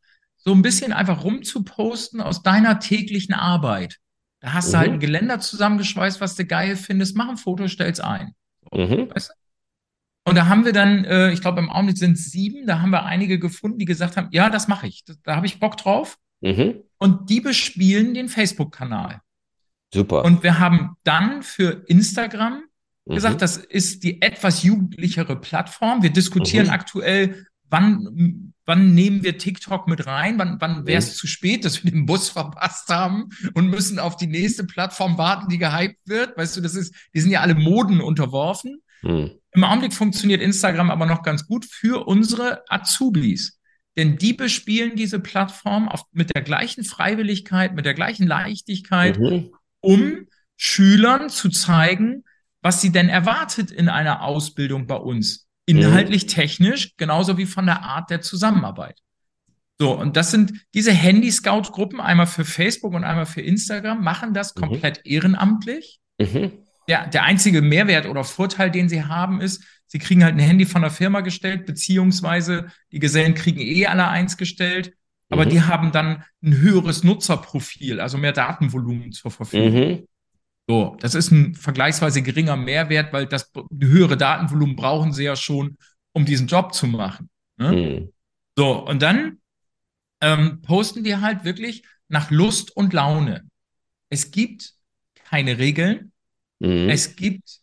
so ein bisschen einfach rumzuposten aus deiner täglichen Arbeit. Da hast Mhm. du halt ein Geländer zusammengeschweißt, was du geil findest, mach ein Foto, stell's ein. So, Mhm. weißt du? Und da haben wir dann, äh, ich glaube, im Augenblick sind es sieben, da haben wir einige gefunden, die gesagt haben, ja, das mache ich, da, da habe ich Bock drauf. Mhm. Und die bespielen den Facebook-Kanal. Super. Und wir haben dann für Instagram gesagt, Mhm. das ist die etwas jugendlichere Plattform. Wir diskutieren Mhm. aktuell, wann, wann nehmen wir TikTok mit rein, wann, wann wäre es Mhm. zu spät, dass wir den Bus verpasst haben und müssen auf die nächste Plattform warten, die gehypt wird. Weißt du, das ist, die sind ja alle Moden unterworfen. Mhm. Im Augenblick funktioniert Instagram aber noch ganz gut für unsere Azubis. Denn die bespielen diese Plattform auf, mit der gleichen Freiwilligkeit, mit der gleichen Leichtigkeit, Mhm. um Schülern zu zeigen, was sie denn erwartet in einer Ausbildung bei uns. Inhaltlich, technisch, genauso wie von der Art der Zusammenarbeit. So, und das sind diese Handy-Scout-Gruppen, einmal für Facebook und einmal für Instagram, machen das Mhm. komplett ehrenamtlich. Mhm. Der, der einzige Mehrwert oder Vorteil, den sie haben, ist, sie kriegen halt ein Handy von der Firma gestellt, beziehungsweise die Gesellen kriegen eh alle eins gestellt, aber Mhm. die haben dann ein höheres Nutzerprofil, also mehr Datenvolumen zur Verfügung. Mhm. So, das ist ein vergleichsweise geringer Mehrwert, weil das höhere Datenvolumen brauchen sie ja schon, um diesen Job zu machen. Ne? Mhm. So, und dann ähm, posten die halt wirklich nach Lust und Laune. Es gibt keine Regeln. Mhm. Es gibt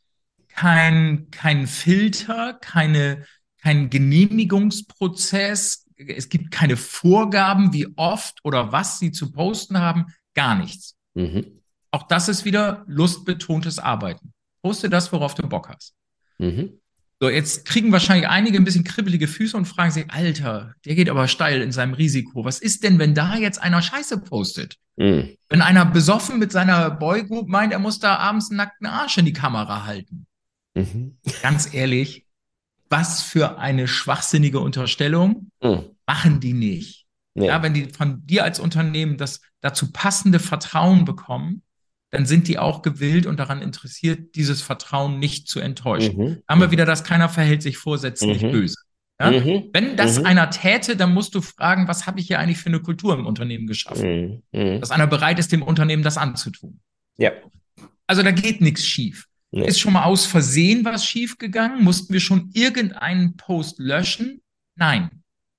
kein, kein Filter, keine, keinen Genehmigungsprozess. Es gibt keine Vorgaben, wie oft oder was sie zu posten haben. Gar nichts. Mhm. Auch das ist wieder lustbetontes Arbeiten. Poste das, worauf du Bock hast. Mhm. So, jetzt kriegen wahrscheinlich einige ein bisschen kribbelige Füße und fragen sich, Alter, der geht aber steil in seinem Risiko. Was ist denn, wenn da jetzt einer Scheiße postet? Mhm. Wenn einer besoffen mit seiner Boygroup meint, er muss da abends einen nackten Arsch in die Kamera halten. Mhm. Ganz ehrlich, was für eine schwachsinnige Unterstellung Mhm. machen die nicht. Nee. Ja, wenn die von dir als Unternehmen das dazu passende Vertrauen bekommen, dann sind die auch gewillt und daran interessiert, dieses Vertrauen nicht zu enttäuschen. Mhm. Da haben wir wieder das, keiner verhält sich vorsätzlich Mhm. böse. Ja? Mhm. Wenn das Mhm. einer täte, dann musst du fragen, was habe ich hier eigentlich für eine Kultur im Unternehmen geschaffen? Mhm. Mhm. Dass einer bereit ist, dem Unternehmen das anzutun. Ja. Also da geht nichts schief. Nee. Ist schon mal aus Versehen was schief gegangen? Mussten wir schon irgendeinen Post löschen? Nein.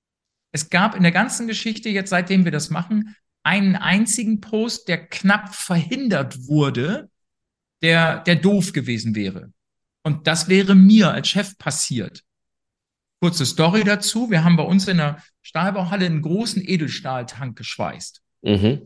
Es gab in der ganzen Geschichte, jetzt seitdem wir das machen, einen einzigen Post, der knapp verhindert wurde, der, der doof gewesen wäre. Und das wäre mir als Chef passiert. Kurze Story dazu. Wir haben bei uns in der Stahlbauhalle einen großen Edelstahltank geschweißt. Mhm.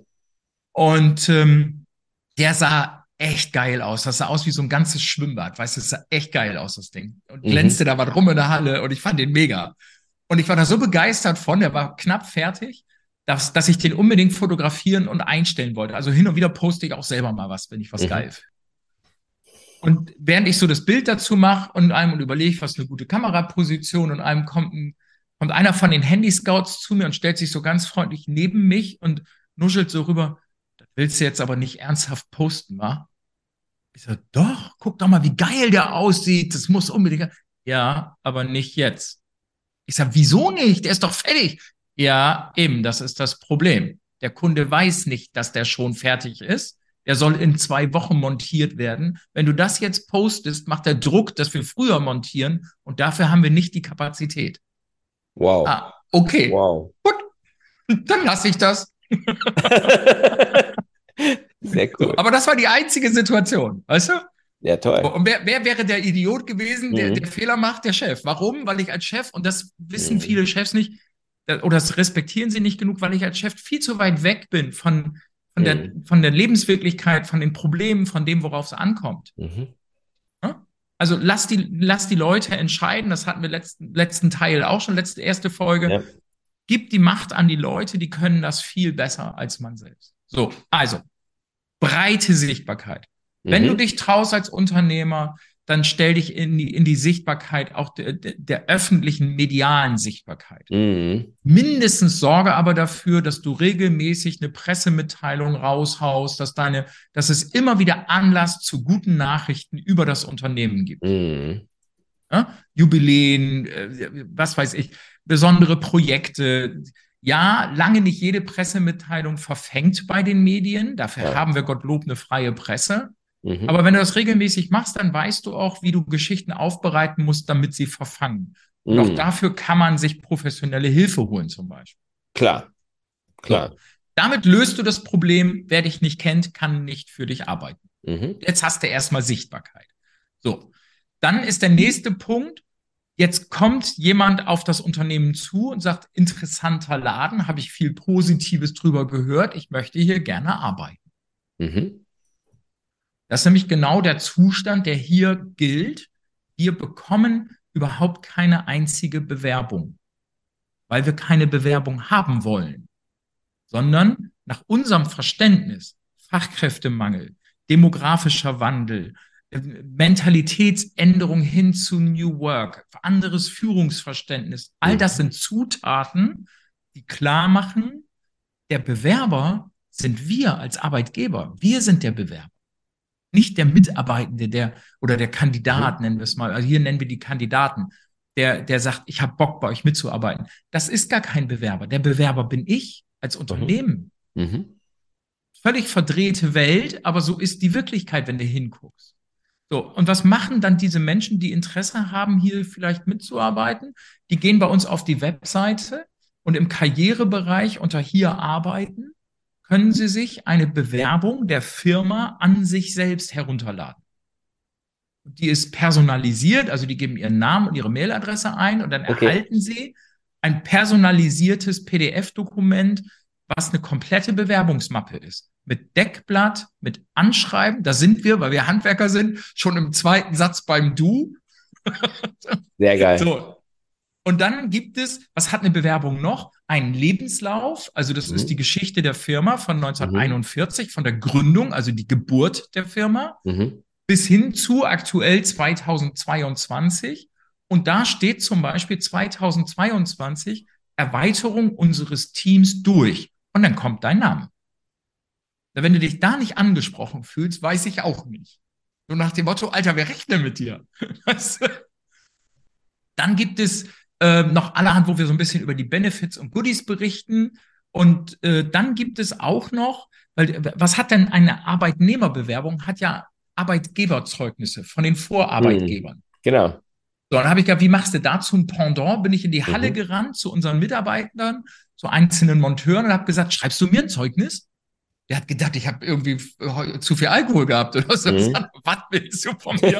Und ähm, der sah echt geil aus. Das sah aus wie so ein ganzes Schwimmbad. Weißt du, das sah echt geil aus, das Ding. Und glänzte Mhm. da was rum in der Halle und ich fand den mega. Und ich war da so begeistert von, der war knapp fertig, dass, dass ich den unbedingt fotografieren und einstellen wollte. Also hin und wieder poste ich auch selber mal was, wenn ich was Mhm. geil finde. Und während ich so das Bild dazu mache und einem überlege, was eine gute Kameraposition und einem kommt, ein, kommt einer von den Handy-Scouts zu mir und stellt sich so ganz freundlich neben mich und nuschelt so rüber, das willst du jetzt aber nicht ernsthaft posten, wa? Ich sage, doch, guck doch mal, wie geil der aussieht, das muss unbedingt. Ja, aber nicht jetzt. Ich sage, wieso nicht? Der ist doch fertig. Ja, eben, das ist das Problem. Der Kunde weiß nicht, dass der schon fertig ist. Der soll in zwei Wochen montiert werden. Wenn du das jetzt postest, macht der Druck, dass wir früher montieren und dafür haben wir nicht die Kapazität. Wow. Ah, okay, Wow. gut, dann lasse ich das. Sehr So, cool. aber das war die einzige Situation, weißt du? Ja, toll. Und wer, wer wäre der Idiot gewesen, der, Mhm. der Fehler macht? Der Chef. Warum? Weil ich als Chef, und das wissen Mhm. viele Chefs nicht, da- oder das respektieren sie nicht genug, weil ich als Chef viel zu weit weg bin von, von, der, Mhm. von der Lebenswirklichkeit, von den Problemen, von dem, worauf es ankommt. Mhm. Ja? Also lass die, lass die Leute entscheiden, das hatten wir letzten, letzten Teil auch schon, letzte erste Folge. Ja. Gib die Macht an die Leute, die können das viel besser als man selbst. So, also, breite Sichtbarkeit. Wenn Mhm. du dich traust als Unternehmer, dann stell dich in die, in die Sichtbarkeit auch der, der, der öffentlichen medialen Sichtbarkeit. Mhm. Mindestens sorge aber dafür, dass du regelmäßig eine Pressemitteilung raushaust, dass deine, dass es immer wieder Anlass zu guten Nachrichten über das Unternehmen gibt. Mhm. Ja? Jubiläen, äh, was weiß ich, besondere Projekte, Ja, lange nicht jede Pressemitteilung verfängt bei den Medien. Dafür Ja. haben wir Gottlob eine freie Presse. Mhm. Aber wenn du das regelmäßig machst, dann weißt du auch, wie du Geschichten aufbereiten musst, damit sie verfangen. Und auch Mhm. dafür kann man sich professionelle Hilfe holen, zum Beispiel. Klar, klar. So. Damit löst du das Problem, wer dich nicht kennt, kann nicht für dich arbeiten. Mhm. Jetzt hast du erstmal Sichtbarkeit. So. Dann ist der nächste Punkt, jetzt kommt jemand auf das Unternehmen zu und sagt, interessanter Laden, habe ich viel Positives drüber gehört, ich möchte hier gerne arbeiten. Mhm. Das ist nämlich genau der Zustand, der hier gilt. Wir bekommen überhaupt keine einzige Bewerbung, weil wir keine Bewerbung haben wollen, sondern nach unserem Verständnis Fachkräftemangel, demografischer Wandel, Mentalitätsänderung hin zu New Work, anderes Führungsverständnis. All das sind Zutaten, die klar machen, der Bewerber sind wir als Arbeitgeber. Wir sind der Bewerber. Nicht der Mitarbeitende, der oder der Kandidat, nennen wir es mal. Also hier nennen wir die Kandidaten, der, der sagt, ich habe Bock, bei euch mitzuarbeiten. Das ist gar kein Bewerber. Der Bewerber bin ich als Unternehmen. Mhm. Völlig verdrehte Welt, aber so ist die Wirklichkeit, wenn du hinguckst. So, und was machen dann diese Menschen, die Interesse haben, hier vielleicht mitzuarbeiten? Die gehen bei uns auf die Webseite und im Karrierebereich unter hier arbeiten, können sie sich eine Bewerbung der Firma an sich selbst herunterladen. Die ist personalisiert, also die geben ihren Namen und ihre Mailadresse ein und dann Okay. erhalten sie ein personalisiertes P D F-Dokument, was eine komplette Bewerbungsmappe ist. Mit Deckblatt, mit Anschreiben, da sind wir, weil wir Handwerker sind, schon im zweiten Satz beim Du. Sehr geil. So. Und dann gibt es, was hat eine Bewerbung noch? Einen Lebenslauf, also das Mhm. ist die Geschichte der Firma von neunzehnhunderteinundvierzig, von der Gründung, also die Geburt der Firma, Mhm. bis hin zu aktuell zweitausendzweiundzwanzig. Und da steht zum Beispiel zweitausendzweiundzwanzig Erweiterung unseres Teams durch. Und dann kommt dein Name. Wenn du dich da nicht angesprochen fühlst, weiß ich auch nicht. So nach dem Motto, Alter, wer rechnet mit dir? Weißt du? Dann gibt es äh, noch allerhand, wo wir so ein bisschen über die Benefits und Goodies berichten. Und äh, dann gibt es auch noch, weil was hat denn eine Arbeitnehmerbewerbung? Hat ja Arbeitgeberzeugnisse von den Vorarbeitgebern. Mhm. Genau. So, dann habe ich gedacht, wie machst du dazu ein Pendant? Bin ich in die Halle Mhm. gerannt zu unseren Mitarbeitern, zu einzelnen Monteuren und habe gesagt, schreibst du mir ein Zeugnis? Der hat gedacht, ich habe irgendwie äh, zu viel Alkohol gehabt oder so. Mhm. Was willst du von mir?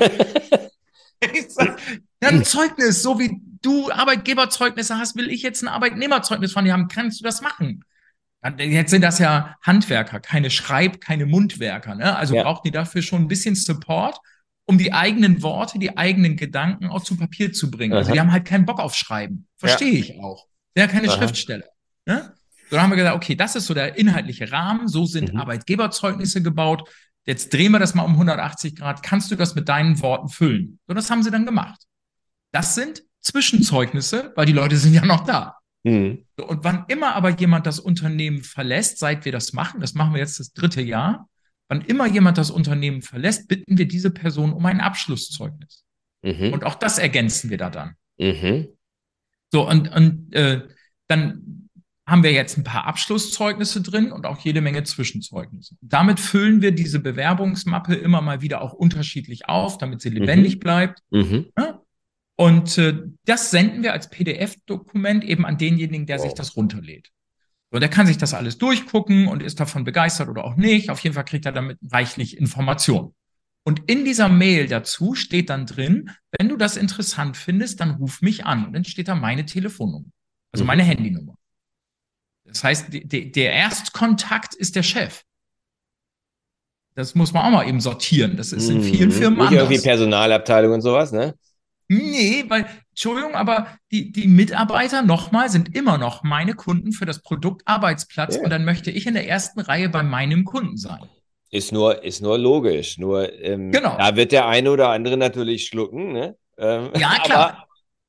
Ich sag, ja, ein Zeugnis, so wie du Arbeitgeberzeugnisse hast, will ich jetzt ein Arbeitnehmerzeugnis von dir haben. Kannst du das machen? Jetzt sind das ja Handwerker, keine Schreib-, keine Mundwerker. Ne? Also Ja. braucht die dafür schon ein bisschen Support, um die eigenen Worte, die eigenen Gedanken auch zu Papier zu bringen. Also Aha. die haben halt keinen Bock auf Schreiben. Verstehe Ja. ich auch. Sind ja keine Aha. Schriftsteller. Ne? So, dann haben wir gesagt, okay, das ist so der inhaltliche Rahmen. So sind Mhm. Arbeitgeberzeugnisse gebaut. Jetzt drehen wir das mal um hundertachtzig Grad. Kannst du das mit deinen Worten füllen? So, das haben sie dann gemacht. Das sind Zwischenzeugnisse, weil die Leute sind ja noch da. Mhm. So, und wann immer aber jemand das Unternehmen verlässt, seit wir das machen, das machen wir jetzt das dritte Jahr, wann immer jemand das Unternehmen verlässt, bitten wir diese Person um ein Abschlusszeugnis. Mhm. Und auch das ergänzen wir da dann. Mhm. So, und, und äh, dann haben wir jetzt ein paar Abschlusszeugnisse drin und auch jede Menge Zwischenzeugnisse. Damit füllen wir diese Bewerbungsmappe immer mal wieder auch unterschiedlich auf, damit sie lebendig Mhm. bleibt. Mhm. Ja? Und äh, das senden wir als P D F-Dokument eben an denjenigen, der Wow. sich das runterlädt. So, der kann sich das alles durchgucken und ist davon begeistert oder auch nicht. Auf jeden Fall kriegt er damit reichlich Informationen. Und in dieser Mail dazu steht dann drin, wenn du das interessant findest, dann ruf mich an. Und dann steht da meine Telefonnummer, also Mhm. meine Handynummer. Das heißt, die, die, der Erstkontakt ist der Chef. Das muss man auch mal eben sortieren. Das ist in vielen Mhm. Firmen Nicht irgendwie anders. Personalabteilung und sowas, ne? Nee, weil, Entschuldigung, aber die, die Mitarbeiter nochmal sind immer noch meine Kunden für das Produkt Arbeitsplatz Ja. und dann möchte ich in der ersten Reihe bei meinem Kunden sein. Ist nur, ist nur logisch. Nur ähm, Genau. da wird der eine oder andere natürlich schlucken, ne? Ähm, Ja, klar.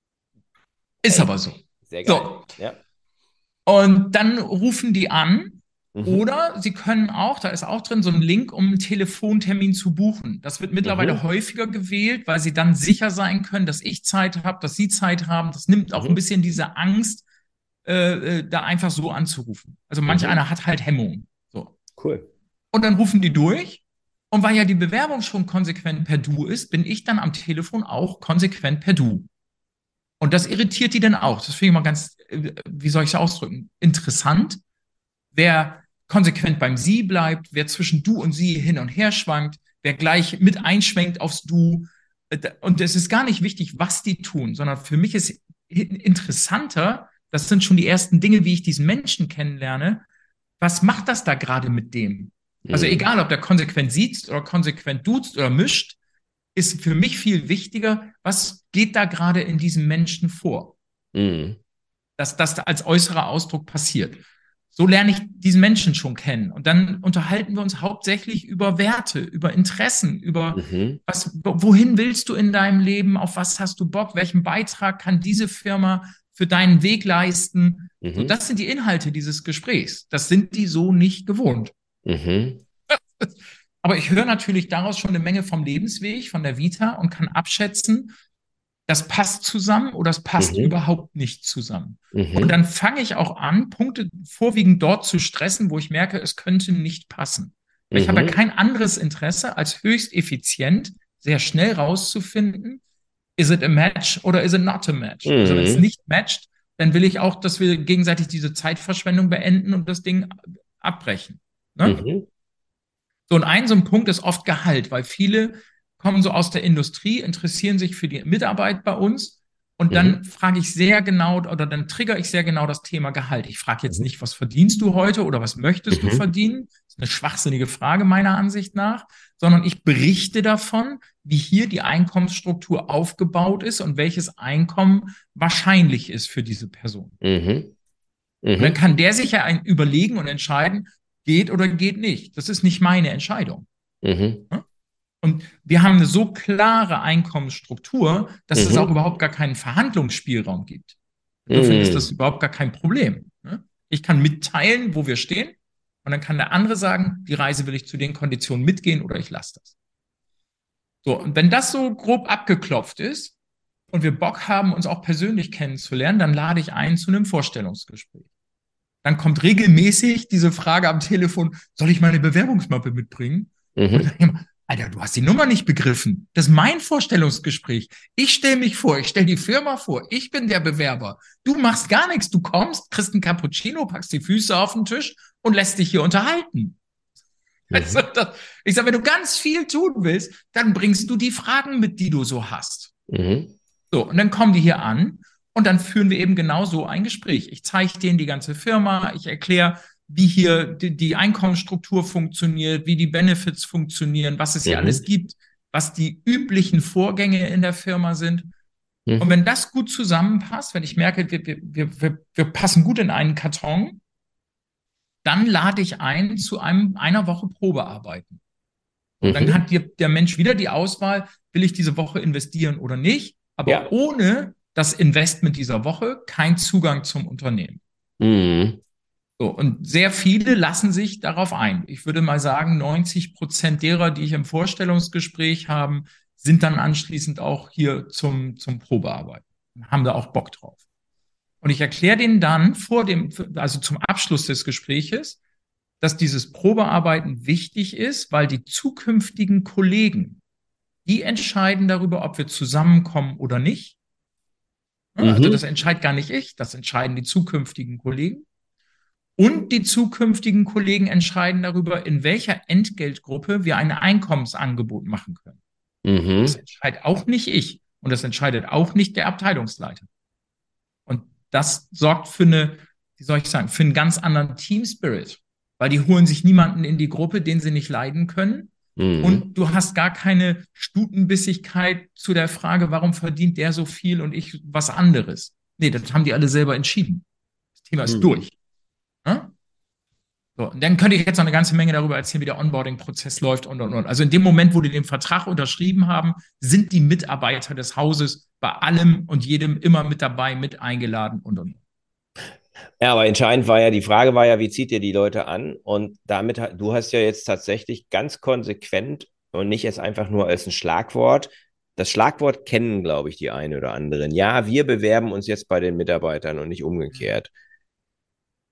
Ist ey, aber so. sehr geil. So. Ja. Und dann rufen die an Mhm. oder sie können auch, da ist auch drin so ein Link, um einen Telefontermin zu buchen. Das wird mittlerweile Mhm. häufiger gewählt, weil sie dann sicher sein können, dass ich Zeit habe, dass sie Zeit haben. Das nimmt auch Mhm. ein bisschen diese Angst, äh, da einfach so anzurufen. Also manch Mhm. einer hat halt Hemmungen. So. Cool. Und dann rufen die durch. Und weil ja die Bewerbung schon konsequent per Du ist, bin ich dann am Telefon auch konsequent per Du. Und das irritiert die dann auch. Das finde ich mal ganz, äh, wie soll ich es ausdrücken, interessant. Wer konsequent beim Sie bleibt, wer zwischen Du und Sie hin und her schwankt, wer gleich mit einschwenkt aufs Du. Und es ist gar nicht wichtig, was die tun, sondern für mich ist interessanter, das sind schon die ersten Dinge, wie ich diesen Menschen kennenlerne. Was macht das da gerade mit dem? Also Mhm. egal, ob der konsequent sieht oder konsequent duzt oder mischt, ist für mich viel wichtiger, was geht da gerade in diesem Menschen vor, Mhm. dass das als äußerer Ausdruck passiert. So lerne ich diesen Menschen schon kennen. Und dann unterhalten wir uns hauptsächlich über Werte, über Interessen, über Mhm. was, wohin willst du in deinem Leben, auf was hast du Bock, welchen Beitrag kann diese Firma für deinen Weg leisten. Mhm. So, das sind die Inhalte dieses Gesprächs. Das sind die so nicht gewohnt. Mhm. Aber ich höre natürlich daraus schon eine Menge vom Lebensweg, von der Vita und kann abschätzen, das passt zusammen oder das passt Mhm. überhaupt nicht zusammen. Mhm. Und dann fange ich auch an, Punkte vorwiegend dort zu stressen, wo ich merke, es könnte nicht passen. Weil ich habe ja Mhm. kein anderes Interesse, als höchst effizient, sehr schnell rauszufinden, is it a match oder is it not a match? Also wenn es Mhm. nicht matcht, dann will ich auch, dass wir gegenseitig diese Zeitverschwendung beenden und das Ding abbrechen. Ne? Mhm. So, und ein so ein Punkt ist oft Gehalt, weil viele kommen so aus der Industrie, interessieren sich für die Mitarbeit bei uns und dann Mhm. frage ich sehr genau oder dann triggere ich sehr genau das Thema Gehalt. Ich frage jetzt Mhm. nicht, was verdienst du heute oder was möchtest du Mhm. verdienen? Das ist eine schwachsinnige Frage meiner Ansicht nach, sondern ich berichte davon, wie hier die Einkommensstruktur aufgebaut ist und welches Einkommen wahrscheinlich ist für diese Person. Mhm. Und dann Mhm. kann der sich ja ein überlegen und entscheiden, geht oder geht nicht. Das ist nicht meine Entscheidung. Mhm. Und wir haben eine so klare Einkommensstruktur, dass es auch Mhm. überhaupt gar keinen Verhandlungsspielraum gibt. Insofern ist das Mhm. überhaupt gar kein Problem. Ich kann mitteilen, wo wir stehen, und dann kann der andere sagen, die Reise will ich zu den Konditionen mitgehen oder ich lasse das. So, und wenn das so grob abgeklopft ist und wir Bock haben, uns auch persönlich kennenzulernen, dann lade ich ein zu einem Vorstellungsgespräch. Dann kommt regelmäßig diese Frage am Telefon, soll ich meine Bewerbungsmappe mitbringen? Und dann Mhm. denke ich immer, Alter, du hast die Nummer nicht begriffen. Das ist mein Vorstellungsgespräch. Ich stelle mich vor, ich stelle die Firma vor, ich bin der Bewerber. Du machst gar nichts. Du kommst, kriegst einen Cappuccino, packst die Füße auf den Tisch und lässt dich hier unterhalten. Also, Mhm. das, ich sage, wenn du ganz viel tun willst, dann bringst du die Fragen mit, die du so hast. Mhm. So, und dann kommen die hier an und dann führen wir eben genau so ein Gespräch. Ich zeige denen die ganze Firma, ich erkläre, wie hier die, die Einkommensstruktur funktioniert, wie die Benefits funktionieren, was es hier Mhm. alles gibt, was die üblichen Vorgänge in der Firma sind. Und Mhm. wenn das gut zusammenpasst, wenn ich merke, wir, wir, wir, wir passen gut in einen Karton, dann lade ich ein zu einem einer Woche Probearbeiten. Und dann Mhm. hat die, der Mensch wieder die Auswahl, will ich diese Woche investieren oder nicht, aber Ja. ohne das Investment dieser Woche kein Zugang zum Unternehmen. Mhm. So, und sehr viele lassen sich darauf ein. Ich würde mal sagen, neunzig Prozent derer, die ich im Vorstellungsgespräch habe, sind dann anschließend auch hier zum, zum Probearbeiten und haben da auch Bock drauf. Und ich erkläre denen dann vor dem, also zum Abschluss des Gespräches, dass dieses Probearbeiten wichtig ist, weil die zukünftigen Kollegen, die entscheiden darüber, ob wir zusammenkommen oder nicht. Also das Mhm. entscheidet gar nicht ich, das entscheiden die zukünftigen Kollegen. Und die zukünftigen Kollegen entscheiden darüber, in welcher Entgeltgruppe wir ein Einkommensangebot machen können. Das Mhm. entscheidet auch nicht ich und das entscheidet auch nicht der Abteilungsleiter. Und das sorgt für eine, wie soll ich sagen, für einen ganz anderen Team Spirit, weil die holen sich niemanden in die Gruppe, den sie nicht leiden können. Mhm. Und du hast gar keine Stutenbissigkeit zu der Frage, warum verdient der so viel und ich was anderes. Nee, das haben die alle selber entschieden. Das Thema ist Mhm. durch. Ja? So, und dann könnte ich jetzt noch eine ganze Menge darüber erzählen, wie der Onboarding-Prozess läuft und, und, und. Also in dem Moment, wo die den Vertrag unterschrieben haben, sind die Mitarbeiter des Hauses bei allem und jedem immer mit dabei, mit eingeladen und, und. Ja, aber entscheidend war ja, die Frage war ja, wie zieht ihr die Leute an? Und damit, ha- du hast ja jetzt tatsächlich ganz konsequent und nicht jetzt einfach nur als ein Schlagwort. Das Schlagwort kennen, glaube ich, die einen oder anderen. Ja, wir bewerben uns jetzt bei den Mitarbeitern und nicht umgekehrt.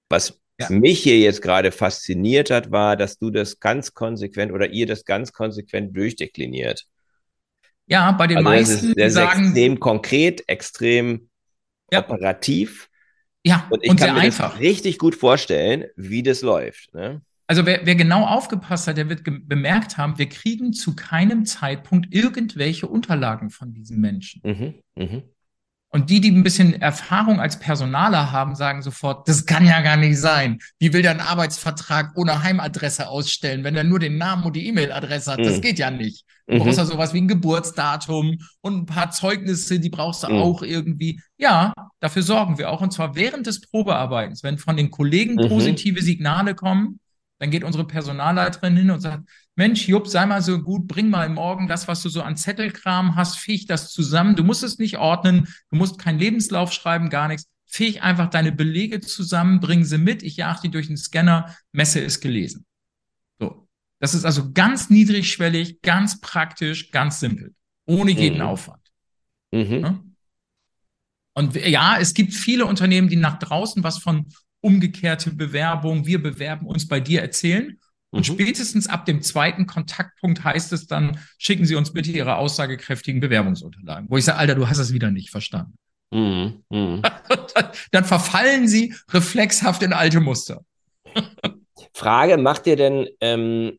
Was Ja. mich hier jetzt gerade fasziniert hat, war, dass du das ganz konsequent oder ihr das ganz konsequent durchdekliniert. Ja, bei den Also das meisten, ist, die das ist sagen, extrem konkret, extrem ja, operativ. ja, Und ich und kann sehr mir das einfach. richtig gut vorstellen, wie das läuft. Ne? Also wer, wer genau aufgepasst hat, der wird bemerkt haben, wir kriegen zu keinem Zeitpunkt irgendwelche Unterlagen von diesen Menschen. Mhm, mhm, Und die, die ein bisschen Erfahrung als Personaler haben, sagen sofort, das kann ja gar nicht sein. Wie will der einen Arbeitsvertrag ohne Heimadresse ausstellen, wenn er nur den Namen und die E-Mail-Adresse hat? Das mhm, geht ja nicht. Du brauchst ja mhm, sowas wie ein Geburtsdatum und ein paar Zeugnisse, die brauchst du mhm, auch irgendwie. Ja, dafür sorgen wir auch. Und zwar während des Probearbeitens. Wenn von den Kollegen mhm, positive Signale kommen, dann geht unsere Personalleiterin hin und sagt, Mensch, Jupp, sei mal so gut, bring mal morgen das, was du so an Zettelkram hast, fähig das zusammen. Du musst es nicht ordnen, du musst keinen Lebenslauf schreiben, gar nichts. Fähig einfach deine Belege zusammen, bring sie mit, ich jage die durch den Scanner, Messe ist gelesen. So. Das ist also ganz niedrigschwellig, ganz praktisch, ganz simpel. Ohne jeden mhm, Aufwand. mhm, Ne? Und ja, es gibt viele Unternehmen, die nach draußen was von umgekehrte Bewerbung, wir bewerben uns bei dir erzählen. Und mhm, spätestens ab dem zweiten Kontaktpunkt heißt es dann, schicken Sie uns bitte Ihre aussagekräftigen Bewerbungsunterlagen. Wo ich sage, Alter, du hast es wieder nicht verstanden. mhm, mhm. Dann verfallen Sie reflexhaft in alte Muster. Frage, macht ihr denn ähm,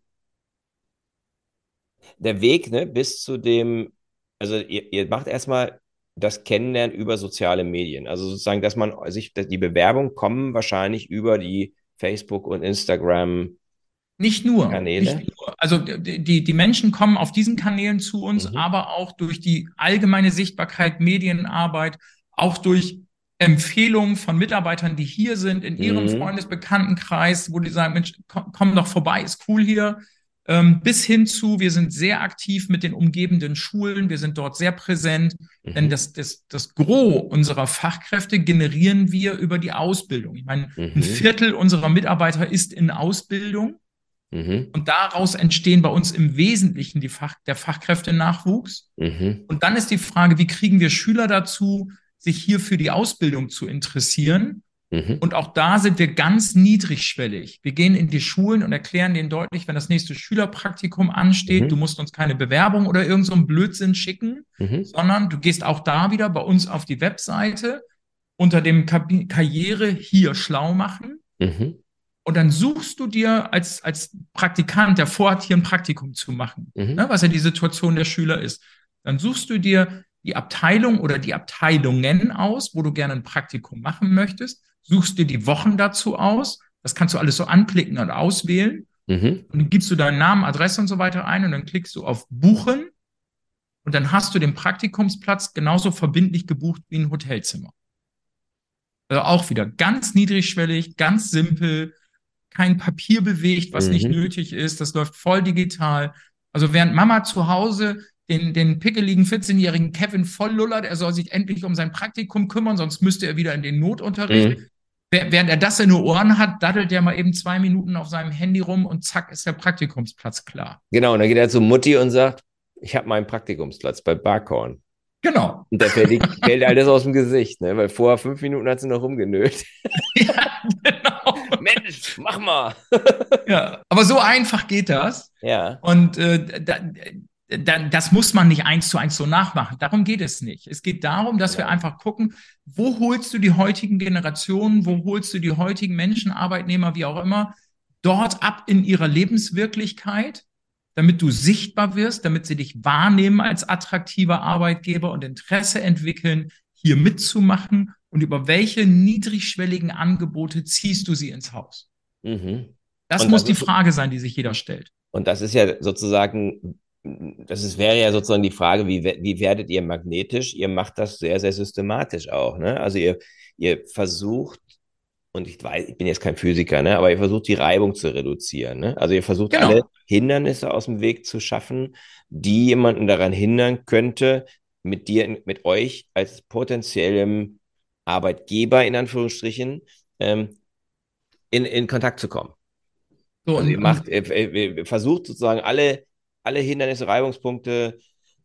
der Weg, ne, bis zu dem, also ihr, ihr macht erstmal das Kennenlernen über soziale Medien. Also sozusagen, dass man sich, dass die Bewerbungen kommen wahrscheinlich über die Facebook- und Instagram-Kanäle. Nicht nur, nicht nur. Also die, die Menschen kommen auf diesen Kanälen zu uns, Mhm. aber auch durch die allgemeine Sichtbarkeit, Medienarbeit, auch durch Empfehlungen von Mitarbeitern, die hier sind, in ihrem Mhm. Freundesbekanntenkreis, wo die sagen, Mensch, komm, komm doch vorbei, ist cool hier. Ähm, bis hin zu, wir sind sehr aktiv mit den umgebenden Schulen, wir sind dort sehr präsent, denn Mhm. das, das, das Gros unserer Fachkräfte generieren wir über die Ausbildung. Ich meine, ein Mhm. Viertel unserer Mitarbeiter ist in Ausbildung. Mhm. Und daraus entstehen bei uns im Wesentlichen die Fach, der Fachkräftenachwuchs. Mhm. Und dann ist die Frage, wie kriegen wir Schüler dazu, sich hier für die Ausbildung zu interessieren? Mhm. Und auch da sind wir ganz niedrigschwellig. Wir gehen in die Schulen und erklären denen deutlich, wenn das nächste Schülerpraktikum ansteht, du Mhm. musst uns keine Bewerbung oder irgend so einen Blödsinn schicken, Mhm. sondern du gehst auch da wieder bei uns auf die Webseite unter dem Karriere hier schlau machen. Mhm. Und dann suchst du dir als, als Praktikant, der vorhat, hier ein Praktikum zu machen, ne, Mhm. was ja die Situation der Schüler ist, dann suchst du dir die Abteilung oder die Abteilungen aus, wo du gerne ein Praktikum machen möchtest, suchst dir die Wochen dazu aus, das kannst du alles so anklicken und auswählen Mhm. und dann gibst du deinen Namen, Adresse und so weiter ein und dann klickst du auf Buchen und dann hast du den Praktikumsplatz genauso verbindlich gebucht wie ein Hotelzimmer. Also auch wieder ganz niedrigschwellig, ganz simpel, kein Papier bewegt, was nicht Mhm. nötig ist. Das läuft voll digital. Also während Mama zu Hause den, den pickeligen vierzehnjährigen Kevin voll lullert, er soll sich endlich um sein Praktikum kümmern, sonst müsste er wieder in den Notunterricht. Mhm. Während er das in den Ohren hat, daddelt er mal eben zwei Minuten auf seinem Handy rum und zack ist der Praktikumsplatz klar. Genau, und dann geht er zu Mutti und sagt, ich habe meinen Praktikumsplatz bei Barkhorn. Genau. Und da fällt, die, fällt alles aus dem Gesicht, ne? Weil vor fünf Minuten hat sie noch rumgenölt. Ja, genau. Mensch, mach mal. Ja, aber so einfach geht das. Ja. Und äh, da, da, das muss man nicht eins zu eins so nachmachen. Darum geht es nicht. Es geht darum, dass wir Genau. einfach gucken, wo holst du die heutigen Generationen, wo holst du die heutigen Menschen, Arbeitnehmer, wie auch immer, dort ab in ihrer Lebenswirklichkeit, damit du sichtbar wirst, damit sie dich wahrnehmen als attraktiver Arbeitgeber und Interesse entwickeln, hier mitzumachen und über welche niedrigschwelligen Angebote ziehst du sie ins Haus? Mhm. Das Und das muss die ist, Frage sein, die sich jeder stellt. und das ist ja sozusagen, das ist, wäre ja sozusagen die Frage, wie, wie werdet ihr magnetisch? Ihr macht das sehr, sehr systematisch auch, ne? Also ihr, ihr versucht, und ich weiß, ich bin jetzt kein Physiker, ne? Aber ihr versucht die Reibung zu reduzieren, ne? Also ihr versucht alle Genau. Hindernisse aus dem Weg zu schaffen, die jemanden daran hindern könnte, mit dir, mit euch als potenziellem Arbeitgeber in Anführungsstrichen ähm, in, in Kontakt zu kommen. So, Also ihr und, und macht, ihr, ihr versucht sozusagen alle, alle Hindernisse, Reibungspunkte,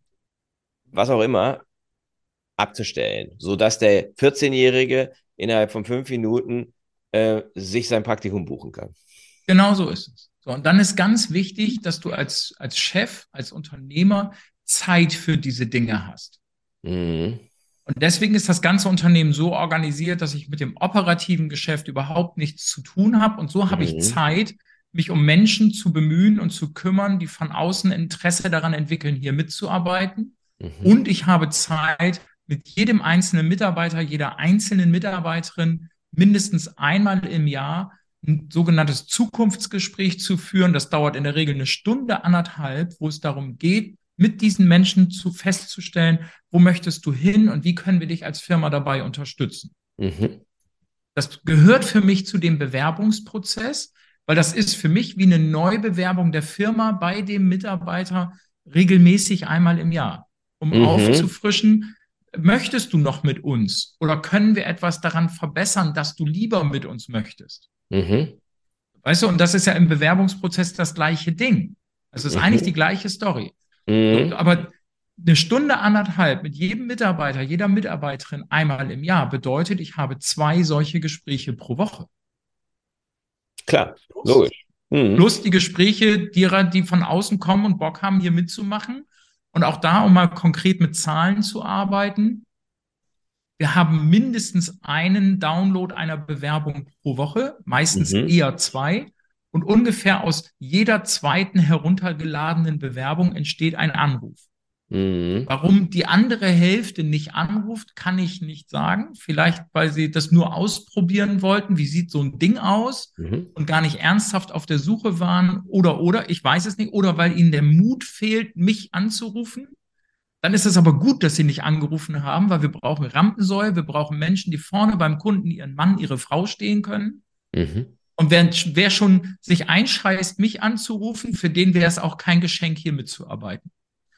was auch immer, abzustellen, sodass der vierzehnjährige innerhalb von fünf Minuten äh, sich sein Praktikum buchen kann. Genau so ist es. So, und dann ist ganz wichtig, dass du als, als Chef, als Unternehmer Zeit für diese Dinge hast. Mhm. Und deswegen ist das ganze Unternehmen so organisiert, dass ich mit dem operativen Geschäft überhaupt nichts zu tun habe. Und so habe ich Mhm. Zeit, mich um Menschen zu bemühen und zu kümmern, die von außen Interesse daran entwickeln, hier mitzuarbeiten. Mhm. Und ich habe Zeit, mit jedem einzelnen Mitarbeiter, jeder einzelnen Mitarbeiterin mindestens einmal im Jahr ein sogenanntes Zukunftsgespräch zu führen. Das dauert in der Regel eine Stunde, anderthalb, wo es darum geht, mit diesen Menschen zu festzustellen, wo möchtest du hin und wie können wir dich als Firma dabei unterstützen. Mhm. Das gehört für mich zu dem Bewerbungsprozess, weil das ist für mich wie eine Neubewerbung der Firma bei dem Mitarbeiter regelmäßig einmal im Jahr, um Mhm. aufzufrischen, möchtest du noch mit uns oder können wir etwas daran verbessern, dass du lieber mit uns möchtest? Mhm. Weißt du, und das ist ja im Bewerbungsprozess das gleiche Ding. Es ist Mhm. eigentlich die gleiche Story. Mhm. So, aber eine Stunde, anderthalb mit jedem Mitarbeiter, jeder Mitarbeiterin einmal im Jahr bedeutet, ich habe zwei solche Gespräche pro Woche. Klar, Plus, logisch. Mhm. plus die Gespräche derer, die von außen kommen und Bock haben, hier mitzumachen. Und auch da, um mal konkret mit Zahlen zu arbeiten, wir haben mindestens einen Download einer Bewerbung pro Woche, meistens Mhm. eher zwei. Und ungefähr aus jeder zweiten heruntergeladenen Bewerbung entsteht ein Anruf. Mhm. Warum die andere Hälfte nicht anruft, kann ich nicht sagen. Vielleicht, weil sie das nur ausprobieren wollten. Wie sieht so ein Ding aus? Mhm. Und gar nicht ernsthaft auf der Suche waren. Oder, oder, ich weiß es nicht. Oder weil ihnen der Mut fehlt, mich anzurufen. Dann ist es aber gut, dass sie nicht angerufen haben, weil wir brauchen Rampensäue. Wir brauchen Menschen, die vorne beim Kunden ihren Mann, ihre Frau stehen können. Mhm. Und wer, wer schon sich einscheißt, mich anzurufen, für den wäre es auch kein Geschenk, hier mitzuarbeiten.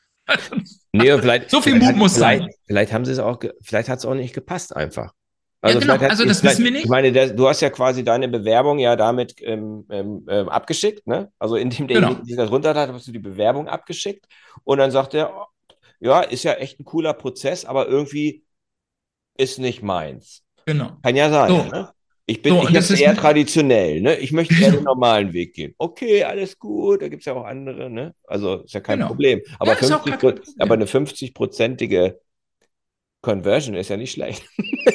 Nee, vielleicht, So viel vielleicht, Mut muss vielleicht, sein. vielleicht haben sie es auch, ge- vielleicht hat es auch nicht gepasst einfach. Ja, Also genau. vielleicht hat, Also das vielleicht, wissen wir ich nicht. meine, der, du hast ja quasi deine Bewerbung ja damit ähm, ähm, ähm, abgeschickt, ne? Also indem derjenige Genau. sich das runter hat, hast du die Bewerbung abgeschickt und dann sagt er, oh, ja, ist ja echt ein cooler Prozess, aber irgendwie ist nicht meins. Genau. Kann ja sein, So, ne? Ich bin, so ich und habe das ist eher traditionell, ne? Ich möchte eher den genau, normalen Weg gehen. Okay, alles gut, da gibt es ja auch andere, ne? Also ist ja kein genau. Problem. Ja, Aber ist auch gar fünfzig, kein aber Problem. eine fünfzig-prozentige Conversion ist ja nicht schlecht.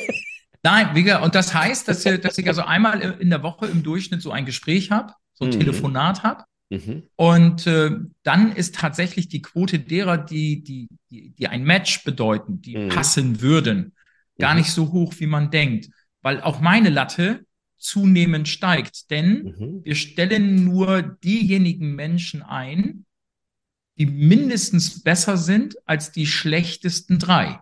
Nein, wie gesagt, und das heißt, dass, ihr, dass ich also einmal in der Woche im Durchschnitt so ein Gespräch habe, so ein Mhm. Telefonat habe. Mhm. Und äh, dann ist tatsächlich die Quote derer, die, die, die, die ein Match bedeuten, die Mhm. passen würden, gar Mhm. nicht so hoch, wie man denkt. Weil auch meine Latte zunehmend steigt. Denn Mhm. wir stellen nur diejenigen Menschen ein, die mindestens besser sind als die schlechtesten drei.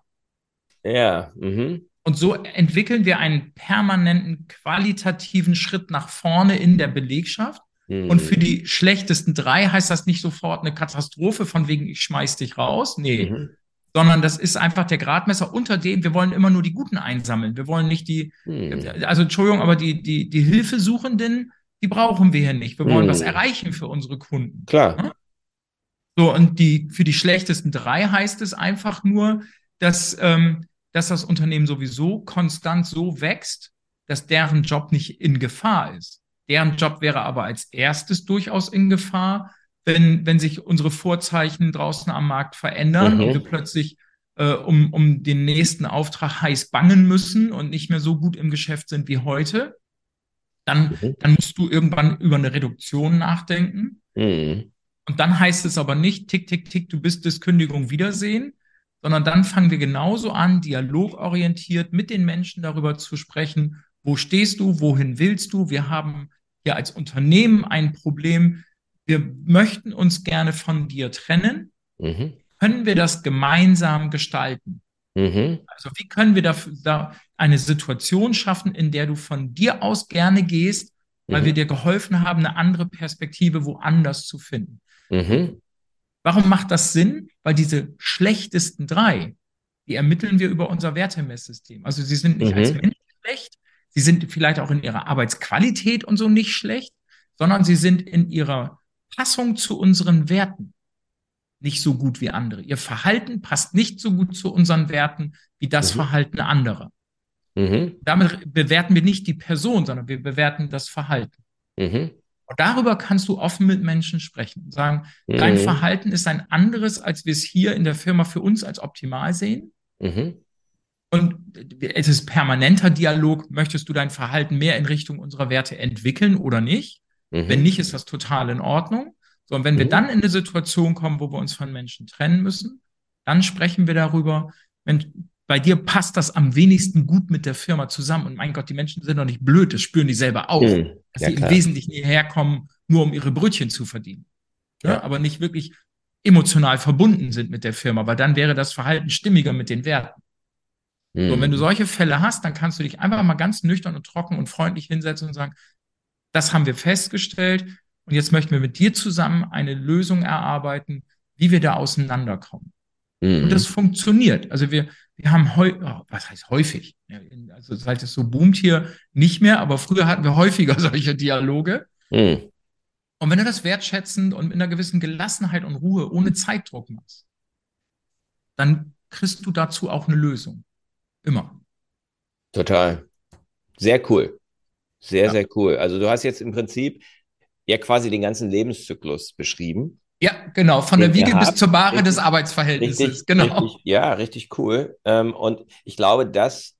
Ja. Mhm. Und so entwickeln wir einen permanenten qualitativen Schritt nach vorne in der Belegschaft. Und für Mhm. die schlechtesten drei heißt das nicht sofort eine Katastrophe, von wegen, ich schmeiß dich raus. Nee, Mhm. sondern das ist einfach der Gradmesser, unter dem wir wollen immer nur die Guten einsammeln. Wir wollen nicht die, Mhm. also Entschuldigung, aber die, die, die Hilfesuchenden, die brauchen wir hier nicht. Wir wollen was Mhm. erreichen für unsere Kunden. Klar. Ne? So, und die, für die schlechtesten drei heißt es einfach nur, dass, ähm, dass das Unternehmen sowieso konstant so wächst, dass deren Job nicht in Gefahr ist. Deren Job wäre aber als erstes durchaus in Gefahr, wenn, wenn sich unsere Vorzeichen draußen am Markt verändern und wir Mhm. plötzlich äh, um, um den nächsten Auftrag heiß bangen müssen und nicht mehr so gut im Geschäft sind wie heute. Dann, Mhm. dann musst du irgendwann über eine Reduktion nachdenken. Mhm. Und dann heißt es aber nicht, tick, tick, tick, du bist es, Kündigung, Wiedersehen, sondern dann fangen wir genauso an, dialogorientiert mit den Menschen darüber zu sprechen, wo stehst du, wohin willst du? Wir haben hier als Unternehmen ein Problem. Wir möchten uns gerne von dir trennen. Mhm. Können wir das gemeinsam gestalten? Mhm. Also wie können wir dafür, da eine Situation schaffen, in der du von dir aus gerne gehst, weil wir Mhm. dir geholfen haben, eine andere Perspektive woanders zu finden? Mhm. Warum macht das Sinn? Weil diese schlechtesten drei, die ermitteln wir über unser Wertemesssystem. Also sie sind nicht als Mhm. Mensch schlecht, sie sind vielleicht auch in ihrer Arbeitsqualität und so nicht schlecht, sondern sie sind in ihrer Passung zu unseren Werten nicht so gut wie andere. Ihr Verhalten passt nicht so gut zu unseren Werten wie das Mhm. Verhalten anderer. Mhm. Damit bewerten wir nicht die Person, sondern wir bewerten das Verhalten. Mhm. Und darüber kannst du offen mit Menschen sprechen und sagen, dein Mhm. Verhalten ist ein anderes, als wir es hier in der Firma für uns als optimal sehen. Mhm. Und es ist permanenter Dialog. Möchtest du dein Verhalten mehr in Richtung unserer Werte entwickeln oder nicht? Mhm. Wenn nicht, ist das total in Ordnung. So, und wenn wir Mhm. dann in eine Situation kommen, wo wir uns von Menschen trennen müssen, dann sprechen wir darüber, wenn bei dir passt das am wenigsten gut mit der Firma zusammen. Und mein Gott, die Menschen sind doch nicht blöd, das spüren die selber auch, Mhm. dass Ja, sie im klar. Wesentlichen hierher kommen, nur um ihre Brötchen zu verdienen. Ja, Ja. aber nicht wirklich emotional verbunden sind mit der Firma, weil dann wäre das Verhalten stimmiger mit den Werten. So, und wenn du Mhm. solche Fälle hast, dann kannst du dich einfach mal ganz nüchtern und trocken und freundlich hinsetzen und sagen, das haben wir festgestellt und jetzt möchten wir mit dir zusammen eine Lösung erarbeiten, wie wir da auseinanderkommen. Und das Mhm. funktioniert. Also wir, wir haben heu, oh, was heißt häufig? Ja, in- Also seit es so boomt hier nicht mehr, aber früher hatten wir häufiger solche Dialoge. Mhm. Und wenn du das wertschätzend und mit einer gewissen Gelassenheit und Ruhe, ohne Zeitdruck machst, dann kriegst du dazu auch eine Lösung. Immer. Total. Sehr cool. Sehr, Ja. sehr cool. Also du hast jetzt im Prinzip ja quasi den ganzen Lebenszyklus beschrieben, Ja, genau. Von den der ihr Wiege bis habt. zur Bahre des Richtig, Arbeitsverhältnisses. richtig, Genau. richtig, ja, richtig cool. Ähm, und ich glaube, das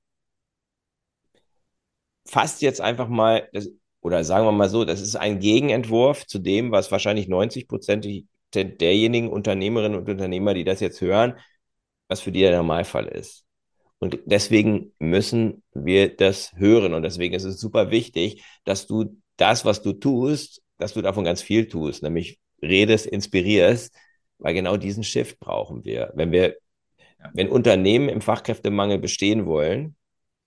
fasst jetzt einfach mal, das, oder sagen wir mal so, das ist ein Gegenentwurf zu dem, was wahrscheinlich neunzig Prozent derjenigen Unternehmerinnen und Unternehmer, die das jetzt hören, was für die der Normalfall ist. Und deswegen müssen wir das hören. Und deswegen ist es super wichtig, dass du das, was du tust, dass du davon ganz viel tust, nämlich redest, inspirierst, weil genau diesen Shift brauchen wir. Wenn wir, Ja. wenn Unternehmen im Fachkräftemangel bestehen wollen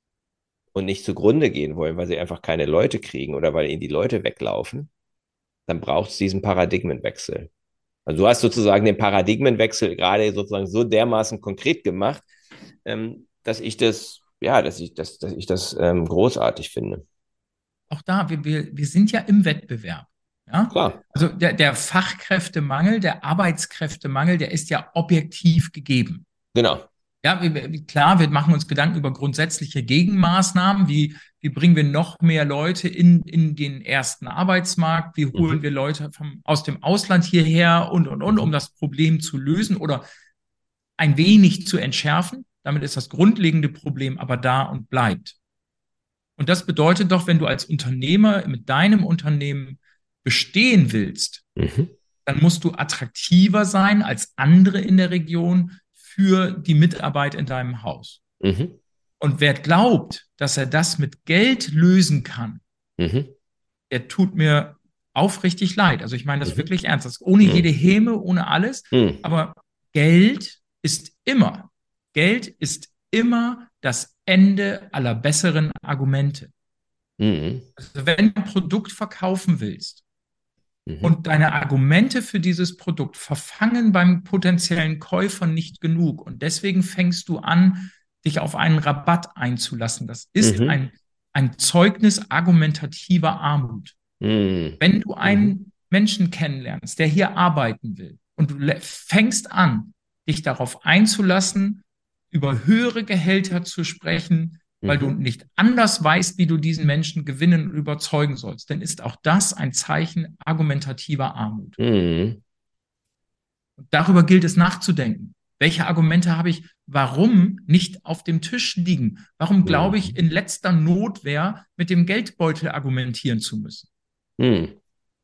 und nicht zugrunde gehen wollen, weil sie einfach keine Leute kriegen oder weil ihnen die Leute weglaufen, dann braucht es diesen Paradigmenwechsel. Also du hast sozusagen den Paradigmenwechsel gerade sozusagen so dermaßen konkret gemacht, ähm, dass ich das, ja, dass ich das, dass ich das ähm, großartig finde. Auch da, wir, wir, wir sind ja im Wettbewerb. Ja? Klar, Also der, der Fachkräftemangel, der Arbeitskräftemangel, der ist ja objektiv gegeben. genau. Ja, wir, wir- klar, wir machen uns Gedanken über grundsätzliche Gegenmaßnahmen, wie, wie bringen wir noch mehr Leute in, in den ersten Arbeitsmarkt, wie holen Mhm. wir Leute vom, aus dem Ausland hierher und, und, und, um Mhm. das Problem zu lösen oder ein wenig zu entschärfen. Damit ist das grundlegende Problem aber da und bleibt. Und das bedeutet doch, wenn du als Unternehmer mit deinem Unternehmen bestehen willst, Mhm. dann musst du attraktiver sein als andere in der Region für die Mitarbeit in deinem Haus. Mhm. Und wer glaubt, dass er das mit Geld lösen kann, Mhm. der tut mir aufrichtig leid. Also ich meine das Mhm. wirklich ernst. Das ist ohne jede Mhm. Häme, ohne alles. Mhm. Aber Geld ist immer, Geld ist immer das Ende aller besseren Argumente. Mhm. Also wenn du ein Produkt verkaufen willst Mhm. und deine Argumente für dieses Produkt verfangen beim potenziellen Käufer nicht genug und deswegen fängst du an, dich auf einen Rabatt einzulassen. Das ist Mhm. ein, ein Zeugnis argumentativer Armut. Mhm. Wenn du Mhm. einen Menschen kennenlernst, der hier arbeiten will und du fängst an, dich darauf einzulassen, über höhere Gehälter zu sprechen, weil du Mhm. nicht anders weißt, wie du diesen Menschen gewinnen und überzeugen sollst, dann ist auch das ein Zeichen argumentativer Armut. Mhm. Und darüber gilt es nachzudenken. Welche Argumente habe ich, warum nicht auf dem Tisch liegen? Warum glaube ich, Mhm. in letzter Notwehr mit dem Geldbeutel argumentieren zu müssen? Mhm.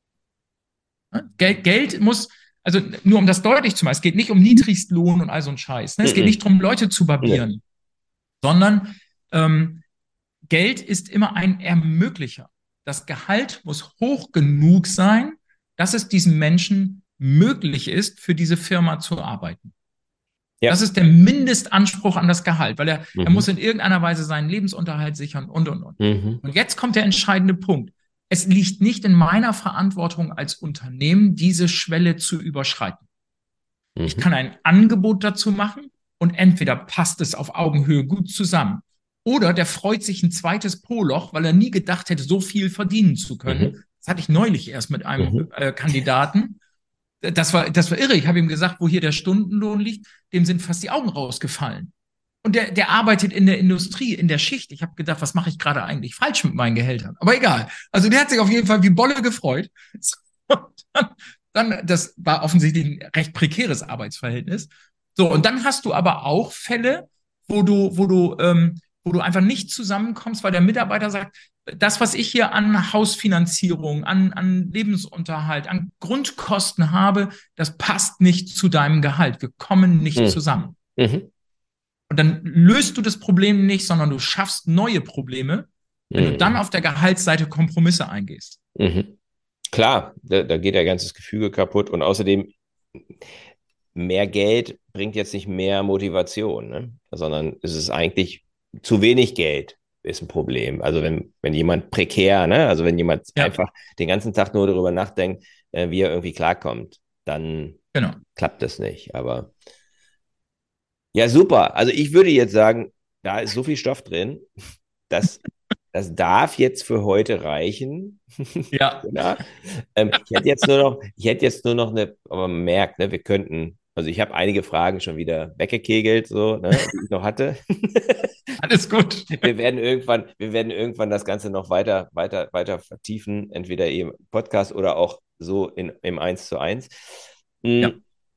Geld, Geld muss, also nur um das deutlich zu machen, es geht nicht um Niedrigstlohn und all so ein Scheiß. Ne? Es geht Mhm. nicht darum, Leute zu Nee. barbieren, sondern ähm, Geld ist immer ein Ermöglicher. Das Gehalt muss hoch genug sein, dass es diesen Menschen möglich ist, für diese Firma zu arbeiten. Ja. Das ist der Mindestanspruch an das Gehalt, weil er, er Mhm. muss in irgendeiner Weise seinen Lebensunterhalt sichern und, und, und. Mhm. Und jetzt kommt der entscheidende Punkt. Es liegt nicht in meiner Verantwortung als Unternehmen, diese Schwelle zu überschreiten. Ich Mhm. kann ein Angebot dazu machen und entweder passt es auf Augenhöhe gut zusammen oder der freut sich ein zweites Poloch, weil er nie gedacht hätte, so viel verdienen zu können. Mhm. Das hatte ich neulich erst mit einem Mhm. äh, Kandidaten. Das war, das war irre. Ich habe ihm gesagt, wo hier der Stundenlohn liegt, dem sind fast die Augen rausgefallen. Und der, der arbeitet in der Industrie, in der Schicht. Ich habe gedacht, was mache ich gerade eigentlich falsch mit meinen Gehältern? Aber egal. Also der hat sich auf jeden Fall wie Bolle gefreut. Und dann, dann, das war offensichtlich ein recht prekäres Arbeitsverhältnis. So, und dann hast du aber auch Fälle, wo du, wo du, ähm, wo du einfach nicht zusammenkommst, weil der Mitarbeiter sagt, das, was ich hier an Hausfinanzierung, an, an Lebensunterhalt, an Grundkosten habe, das passt nicht zu deinem Gehalt. Wir kommen nicht Mhm. zusammen. Mhm. Und dann löst du das Problem nicht, sondern du schaffst neue Probleme, wenn Mhm. du dann auf der Gehaltsseite Kompromisse eingehst. Mhm. Klar, da, da geht der ganze Gefüge kaputt und außerdem mehr Geld bringt jetzt nicht mehr Motivation, ne? Sondern es ist eigentlich zu wenig Geld ist ein Problem. Also wenn, wenn jemand prekär, ne? Also wenn jemand Ja. einfach den ganzen Tag nur darüber nachdenkt, äh, wie er irgendwie klarkommt, dann Genau. klappt das nicht. Aber ja, super. Also ich würde jetzt sagen, da ist so viel Stoff drin, dass das darf jetzt für heute reichen. Ja. Ja. Ähm, ich hätte jetzt nur noch, ich hätte jetzt nur noch eine, aber man merkt, ne, wir könnten, also ich habe einige Fragen schon wieder weggekegelt, so, ne, die ich noch hatte. Alles gut. Wir werden irgendwann, wir werden irgendwann das Ganze noch weiter, weiter, weiter vertiefen, entweder eben Podcast oder auch so in, im Eins zu eins. Ja.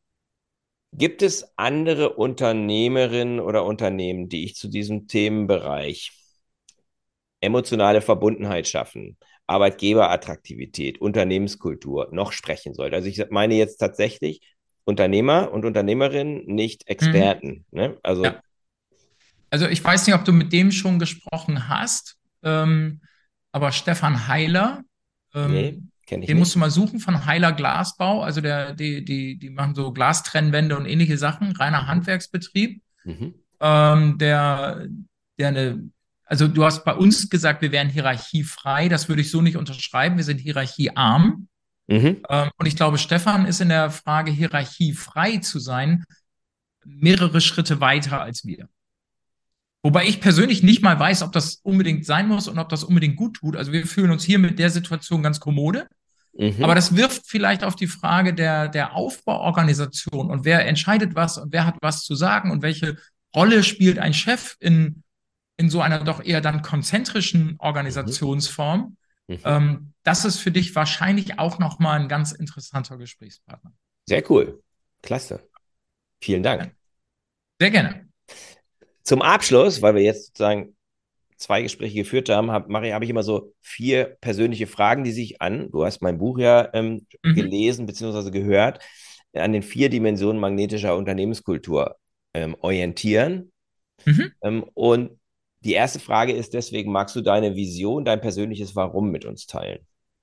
Gibt es andere Unternehmerinnen oder Unternehmen, die ich zu diesem Themenbereich emotionale Verbundenheit schaffen, Arbeitgeberattraktivität, Unternehmenskultur noch sprechen sollte? Also ich meine jetzt tatsächlich Unternehmer und Unternehmerinnen, nicht Experten. Mhm. Ne? Also, ja. Also ich weiß nicht, ob du mit dem schon gesprochen hast, ähm, aber Stefan Heiler, ähm, nee, kenn ich den nicht. musst du mal suchen, von Heiler Glasbau. Also der, die, die, die machen so Glastrennwände und ähnliche Sachen, reiner Mhm. Handwerksbetrieb. Mhm. Ähm, der, der eine, also du hast bei uns gesagt, wir wären hierarchiefrei. Das würde ich so nicht unterschreiben. Wir sind hierarchiearm. Mhm. Ähm, und ich glaube, Stefan ist in der Frage, hierarchiefrei zu sein, mehrere Schritte weiter als wir. Wobei ich persönlich nicht mal weiß, ob das unbedingt sein muss und ob das unbedingt gut tut. Also wir fühlen uns hier mit der Situation ganz kommode. Mhm. Aber das wirft vielleicht auf die Frage der, der Aufbauorganisation und wer entscheidet was und wer hat was zu sagen und welche Rolle spielt ein Chef in, in so einer doch eher dann konzentrischen Organisationsform. Mhm. Ähm, das ist für dich wahrscheinlich auch nochmal ein ganz interessanter Gesprächspartner. Sehr cool. Klasse. Vielen Dank. Sehr gerne. Zum Abschluss, weil wir jetzt sozusagen zwei Gespräche geführt haben, habe hab ich immer so vier persönliche Fragen, die sich an, du hast mein Buch ja ähm, mhm. gelesen bzw. gehört, an den vier Dimensionen magnetischer Unternehmenskultur ähm, orientieren. Mhm. Ähm, und die erste Frage ist deswegen, magst du deine Vision, dein persönliches Warum mit uns teilen?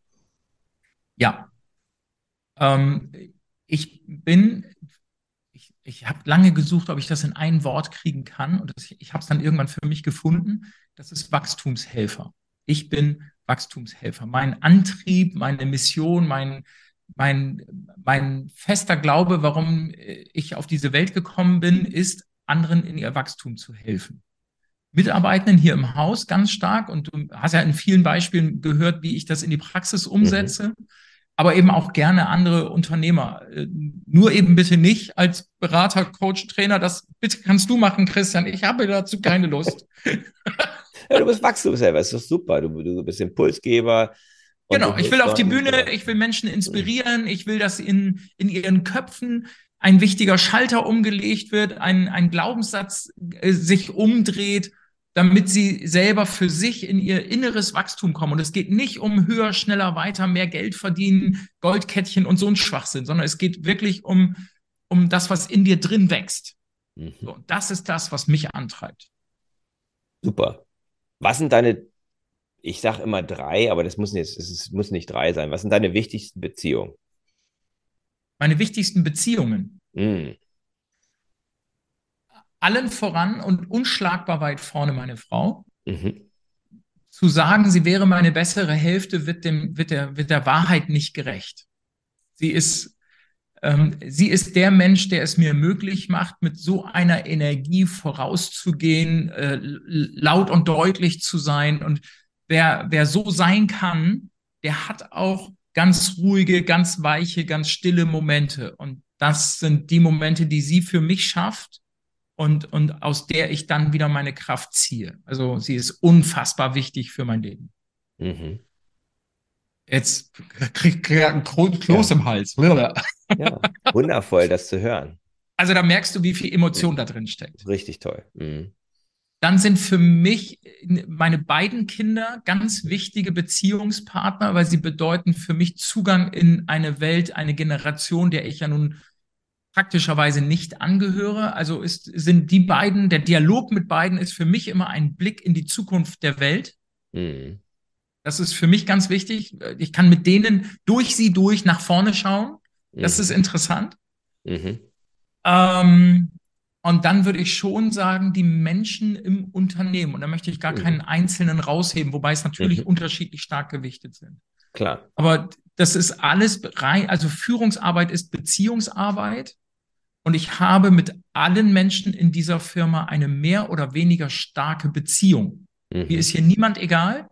Ja. Ähm, ich bin Ich, ich habe lange gesucht, ob ich das in ein Wort kriegen kann. Und das, ich habe es dann irgendwann für mich gefunden. Das ist Wachstumshelfer. Ich bin Wachstumshelfer. Mein Antrieb, meine Mission, mein, mein, mein fester Glaube, warum ich auf diese Welt gekommen bin, ist, anderen in ihr Wachstum zu helfen. Mitarbeitenden hier im Haus ganz stark. Und du hast ja in vielen Beispielen gehört, wie ich das in die Praxis umsetze. Mhm. Aber eben auch gerne andere Unternehmer. Nur eben bitte nicht als Berater, Coach, Trainer. Das bitte kannst du machen, Christian. Ich habe dazu keine Lust. Ja, du bist Wachstumshelfer, das ist doch super. Du, du bist Impulsgeber. Genau, ich will auf die Bühne, ich will Menschen inspirieren, ich will, dass in, in ihren Köpfen ein wichtiger Schalter umgelegt wird, ein, ein Glaubenssatz äh, sich umdreht, damit sie selber für sich in ihr inneres Wachstum kommen. Und es geht nicht um höher, schneller, weiter, mehr Geld verdienen, Goldkettchen und so ein Schwachsinn, sondern es geht wirklich um, um das, was in dir drin wächst. Mhm. So, und das ist das, was mich antreibt. Super. Was sind deine, ich sage immer drei, aber das müssen jetzt, es muss nicht drei sein. Was sind deine wichtigsten Beziehungen? Meine wichtigsten Beziehungen? Mhm. Allen voran und unschlagbar weit vorne meine Frau. Mhm. Zu sagen, sie wäre meine bessere Hälfte, wird dem, wird der, wird der Wahrheit nicht gerecht. Sie ist, ähm, sie ist der Mensch, der es mir möglich macht, mit so einer Energie vorauszugehen, äh, laut und deutlich zu sein. Und wer, wer so sein kann, der hat auch ganz ruhige, ganz weiche, ganz stille Momente. Und das sind die Momente, die sie für mich schafft. und, und aus der ich dann wieder meine Kraft ziehe. Also sie ist unfassbar wichtig für mein Leben. Mhm. Jetzt krieg ich ein Kloß Ja. im Hals. Ja, wundervoll, das zu hören. Also da merkst du, wie viel Emotion da drin steckt. Richtig toll. Mhm. Dann sind für mich meine beiden Kinder ganz wichtige Beziehungspartner, weil sie bedeuten für mich Zugang in eine Welt, eine Generation, der ich ja nun praktischerweise nicht angehöre. Also ist, sind die beiden, der Dialog mit beiden ist für mich immer ein Blick in die Zukunft der Welt. Mhm. Das ist für mich ganz wichtig. Ich kann mit denen durch sie durch nach vorne schauen. Das Mhm. ist interessant. Mhm. Ähm, und dann würde ich schon sagen, die Menschen im Unternehmen. Und da möchte ich gar Mhm. keinen einzelnen rausheben, wobei es natürlich Mhm. unterschiedlich stark gewichtet sind. Klar. Aber das ist alles rein, also Führungsarbeit ist Beziehungsarbeit. Und ich habe mit allen Menschen in dieser Firma eine mehr oder weniger starke Beziehung. Mhm. Mir ist hier niemand egal.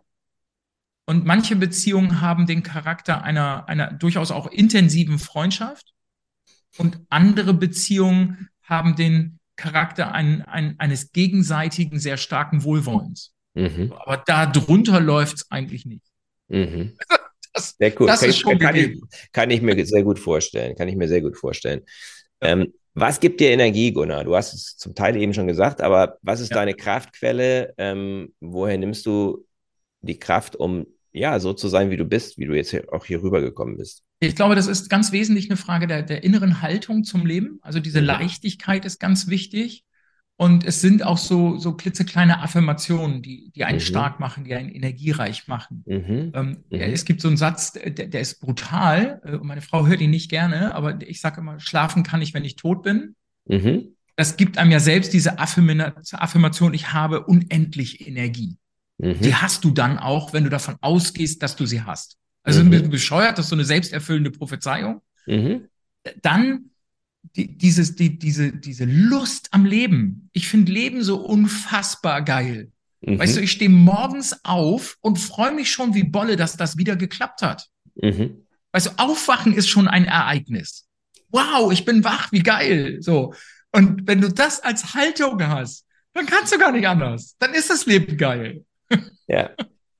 Und manche Beziehungen haben den Charakter einer, einer durchaus auch intensiven Freundschaft. Und andere Beziehungen haben den Charakter ein, ein, eines gegenseitigen, sehr starken Wohlwollens. Mhm. Aber da drunter läuft es eigentlich nicht. Mhm. Das, Sehr cool. das Kann, ist schon kann, ich, gegeben. kann ich mir sehr gut vorstellen. Kann ich mir sehr gut vorstellen. Ähm, was gibt dir Energie, Gunnar? Du hast es zum Teil eben schon gesagt, aber was ist Ja. deine Kraftquelle? Ähm, woher nimmst du die Kraft, um ja so zu sein, wie du bist, wie du jetzt hier, auch hier rübergekommen bist? Ich glaube, das ist ganz wesentlich eine Frage der, der inneren Haltung zum Leben. Also diese Mhm. Leichtigkeit ist ganz wichtig. Und es sind auch so, so klitzekleine Affirmationen, die, die einen Mhm. stark machen, die einen energiereich machen. Mhm. Ähm, Mhm. Es gibt so einen Satz, der, der ist brutal. äh, Und meine Frau hört ihn nicht gerne, aber ich sage immer, schlafen kann ich, wenn ich tot bin. Mhm. Das gibt einem ja selbst diese Affirma- Affirmation, ich habe unendlich Energie. Die Mhm. hast du dann auch, wenn du davon ausgehst, dass du sie hast. Also ein Mhm. bisschen bescheuert, das ist so eine selbsterfüllende Prophezeiung. Mhm. Dann die, dieses, die, diese, diese Lust am Leben. Ich finde Leben so unfassbar geil. Weißt du, Mhm. ich stehe morgens auf und freue mich schon wie Bolle, dass das wieder geklappt hat. Mhm. Weißt du, Aufwachen ist schon ein Ereignis. Wow, ich bin wach, wie geil. So. Und wenn du das als Haltung hast, dann kannst du gar nicht anders. Dann ist das Leben geil. Ja,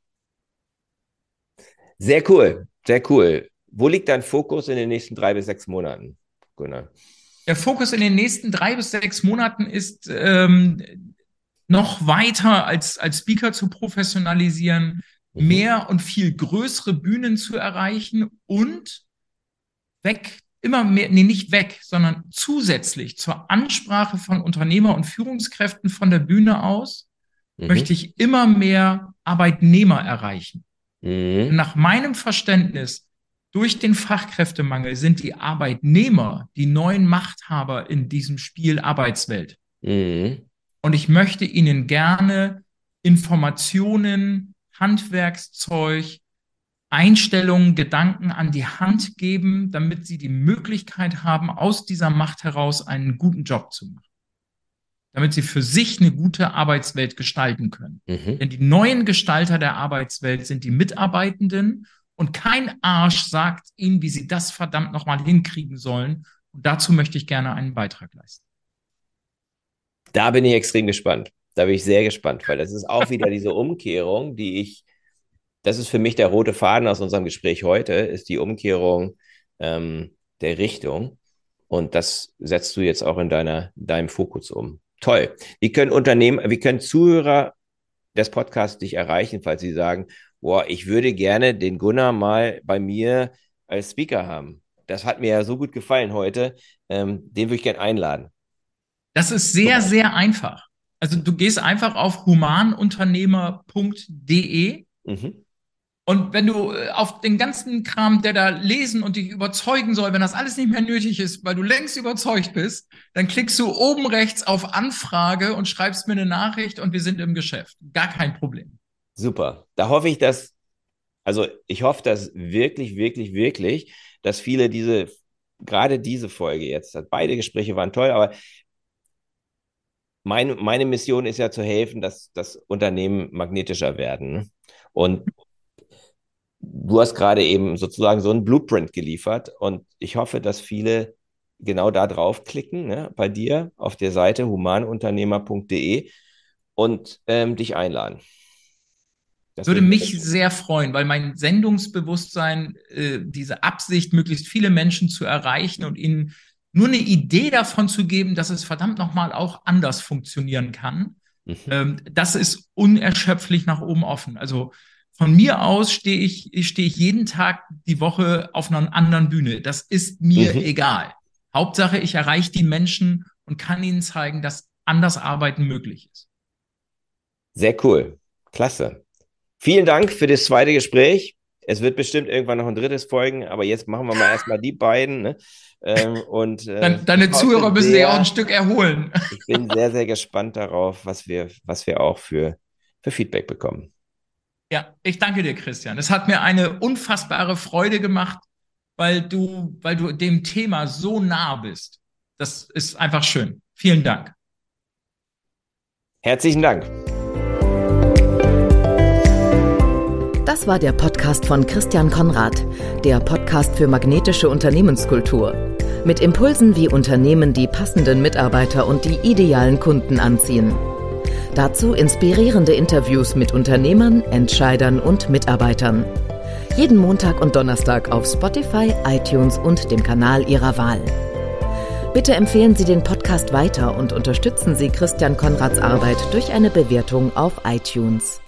sehr cool, sehr cool. Wo liegt dein Fokus in den nächsten drei bis sechs Monaten, Gunnar? Der Fokus in den nächsten drei bis sechs Monaten ist, ähm, noch weiter als, als Speaker zu professionalisieren, Mhm. mehr und viel größere Bühnen zu erreichen und weg, immer mehr, nee, nicht weg, sondern zusätzlich zur Ansprache von Unternehmer und Führungskräften von der Bühne aus, Mhm. möchte ich immer mehr Arbeitnehmer erreichen. Mhm. Nach meinem Verständnis, durch den Fachkräftemangel sind die Arbeitnehmer die neuen Machthaber in diesem Spiel Arbeitswelt. Mhm. Und ich möchte Ihnen gerne Informationen, Handwerkszeug, Einstellungen, Gedanken an die Hand geben, damit Sie die Möglichkeit haben, aus dieser Macht heraus einen guten Job zu machen. Damit Sie für sich eine gute Arbeitswelt gestalten können. Mhm. Denn die neuen Gestalter der Arbeitswelt sind die Mitarbeitenden und kein Arsch sagt Ihnen, wie Sie das verdammt nochmal hinkriegen sollen. Und dazu möchte ich gerne einen Beitrag leisten. Da bin ich extrem gespannt. Da bin ich sehr gespannt, weil das ist auch wieder diese Umkehrung, die ich, das ist für mich der rote Faden aus unserem Gespräch heute, ist die Umkehrung ähm, der Richtung. Und das setzt du jetzt auch in deiner, deinem Fokus um. Toll. Wie können Unternehmen, wie können Zuhörer des Podcasts dich erreichen, falls sie sagen, boah, ich würde gerne den Gunnar mal bei mir als Speaker haben. Das hat mir ja so gut gefallen heute. Ähm, den würde ich gerne einladen. Das ist sehr, sehr einfach. Also du gehst einfach auf humanunternehmer punkt de Mhm. und wenn du äh, auf den ganzen Kram, der da lesen und dich überzeugen soll, wenn das alles nicht mehr nötig ist, weil du längst überzeugt bist, dann klickst du oben rechts auf Anfrage und schreibst mir eine Nachricht und wir sind im Geschäft. Gar kein Problem. Super. Da hoffe ich, dass, also ich hoffe, dass wirklich, wirklich, wirklich, dass viele diese, gerade diese Folge jetzt, beide Gespräche waren toll, aber meine, meine Mission ist ja zu helfen, dass, dass Unternehmen magnetischer werden. Und du hast gerade eben sozusagen so einen Blueprint geliefert und ich hoffe, dass viele genau da draufklicken, ne, bei dir auf der Seite humanunternehmer punkt de und ähm, dich einladen. Das Würde würde mich sehr freuen, weil mein Sendungsbewusstsein, äh, diese Absicht, möglichst viele Menschen zu erreichen und ihnen nur eine Idee davon zu geben, dass es verdammt nochmal auch anders funktionieren kann, mhm. ähm, das ist unerschöpflich nach oben offen. Also von mir aus stehe ich, stehe ich jeden Tag die Woche auf einer anderen Bühne. Das ist mir Mhm. egal. Hauptsache, ich erreiche die Menschen und kann ihnen zeigen, dass anders arbeiten möglich ist. Sehr cool. Klasse. Vielen Dank für das zweite Gespräch. Es wird bestimmt irgendwann noch ein drittes folgen, aber jetzt machen wir mal erstmal die beiden. Ne? Ähm, und, äh, Deine, deine Zuhörer müssen sich auch ein Stück erholen. Ich bin sehr, sehr gespannt darauf, was wir, was wir auch für, für Feedback bekommen. Ja, ich danke dir, Christian. Es hat mir eine unfassbare Freude gemacht, weil du, weil du dem Thema so nah bist. Das ist einfach schön. Vielen Dank. Herzlichen Dank. Das war der Podcast von Christian Konrad, der Podcast für magnetische Unternehmenskultur. Mit Impulsen, wie Unternehmen die passenden Mitarbeiter und die idealen Kunden anziehen. Dazu inspirierende Interviews mit Unternehmern, Entscheidern und Mitarbeitern. Jeden Montag und Donnerstag auf Spotify, iTunes und dem Kanal Ihrer Wahl. Bitte empfehlen Sie den Podcast weiter und unterstützen Sie Christian Konrads Arbeit durch eine Bewertung auf iTunes.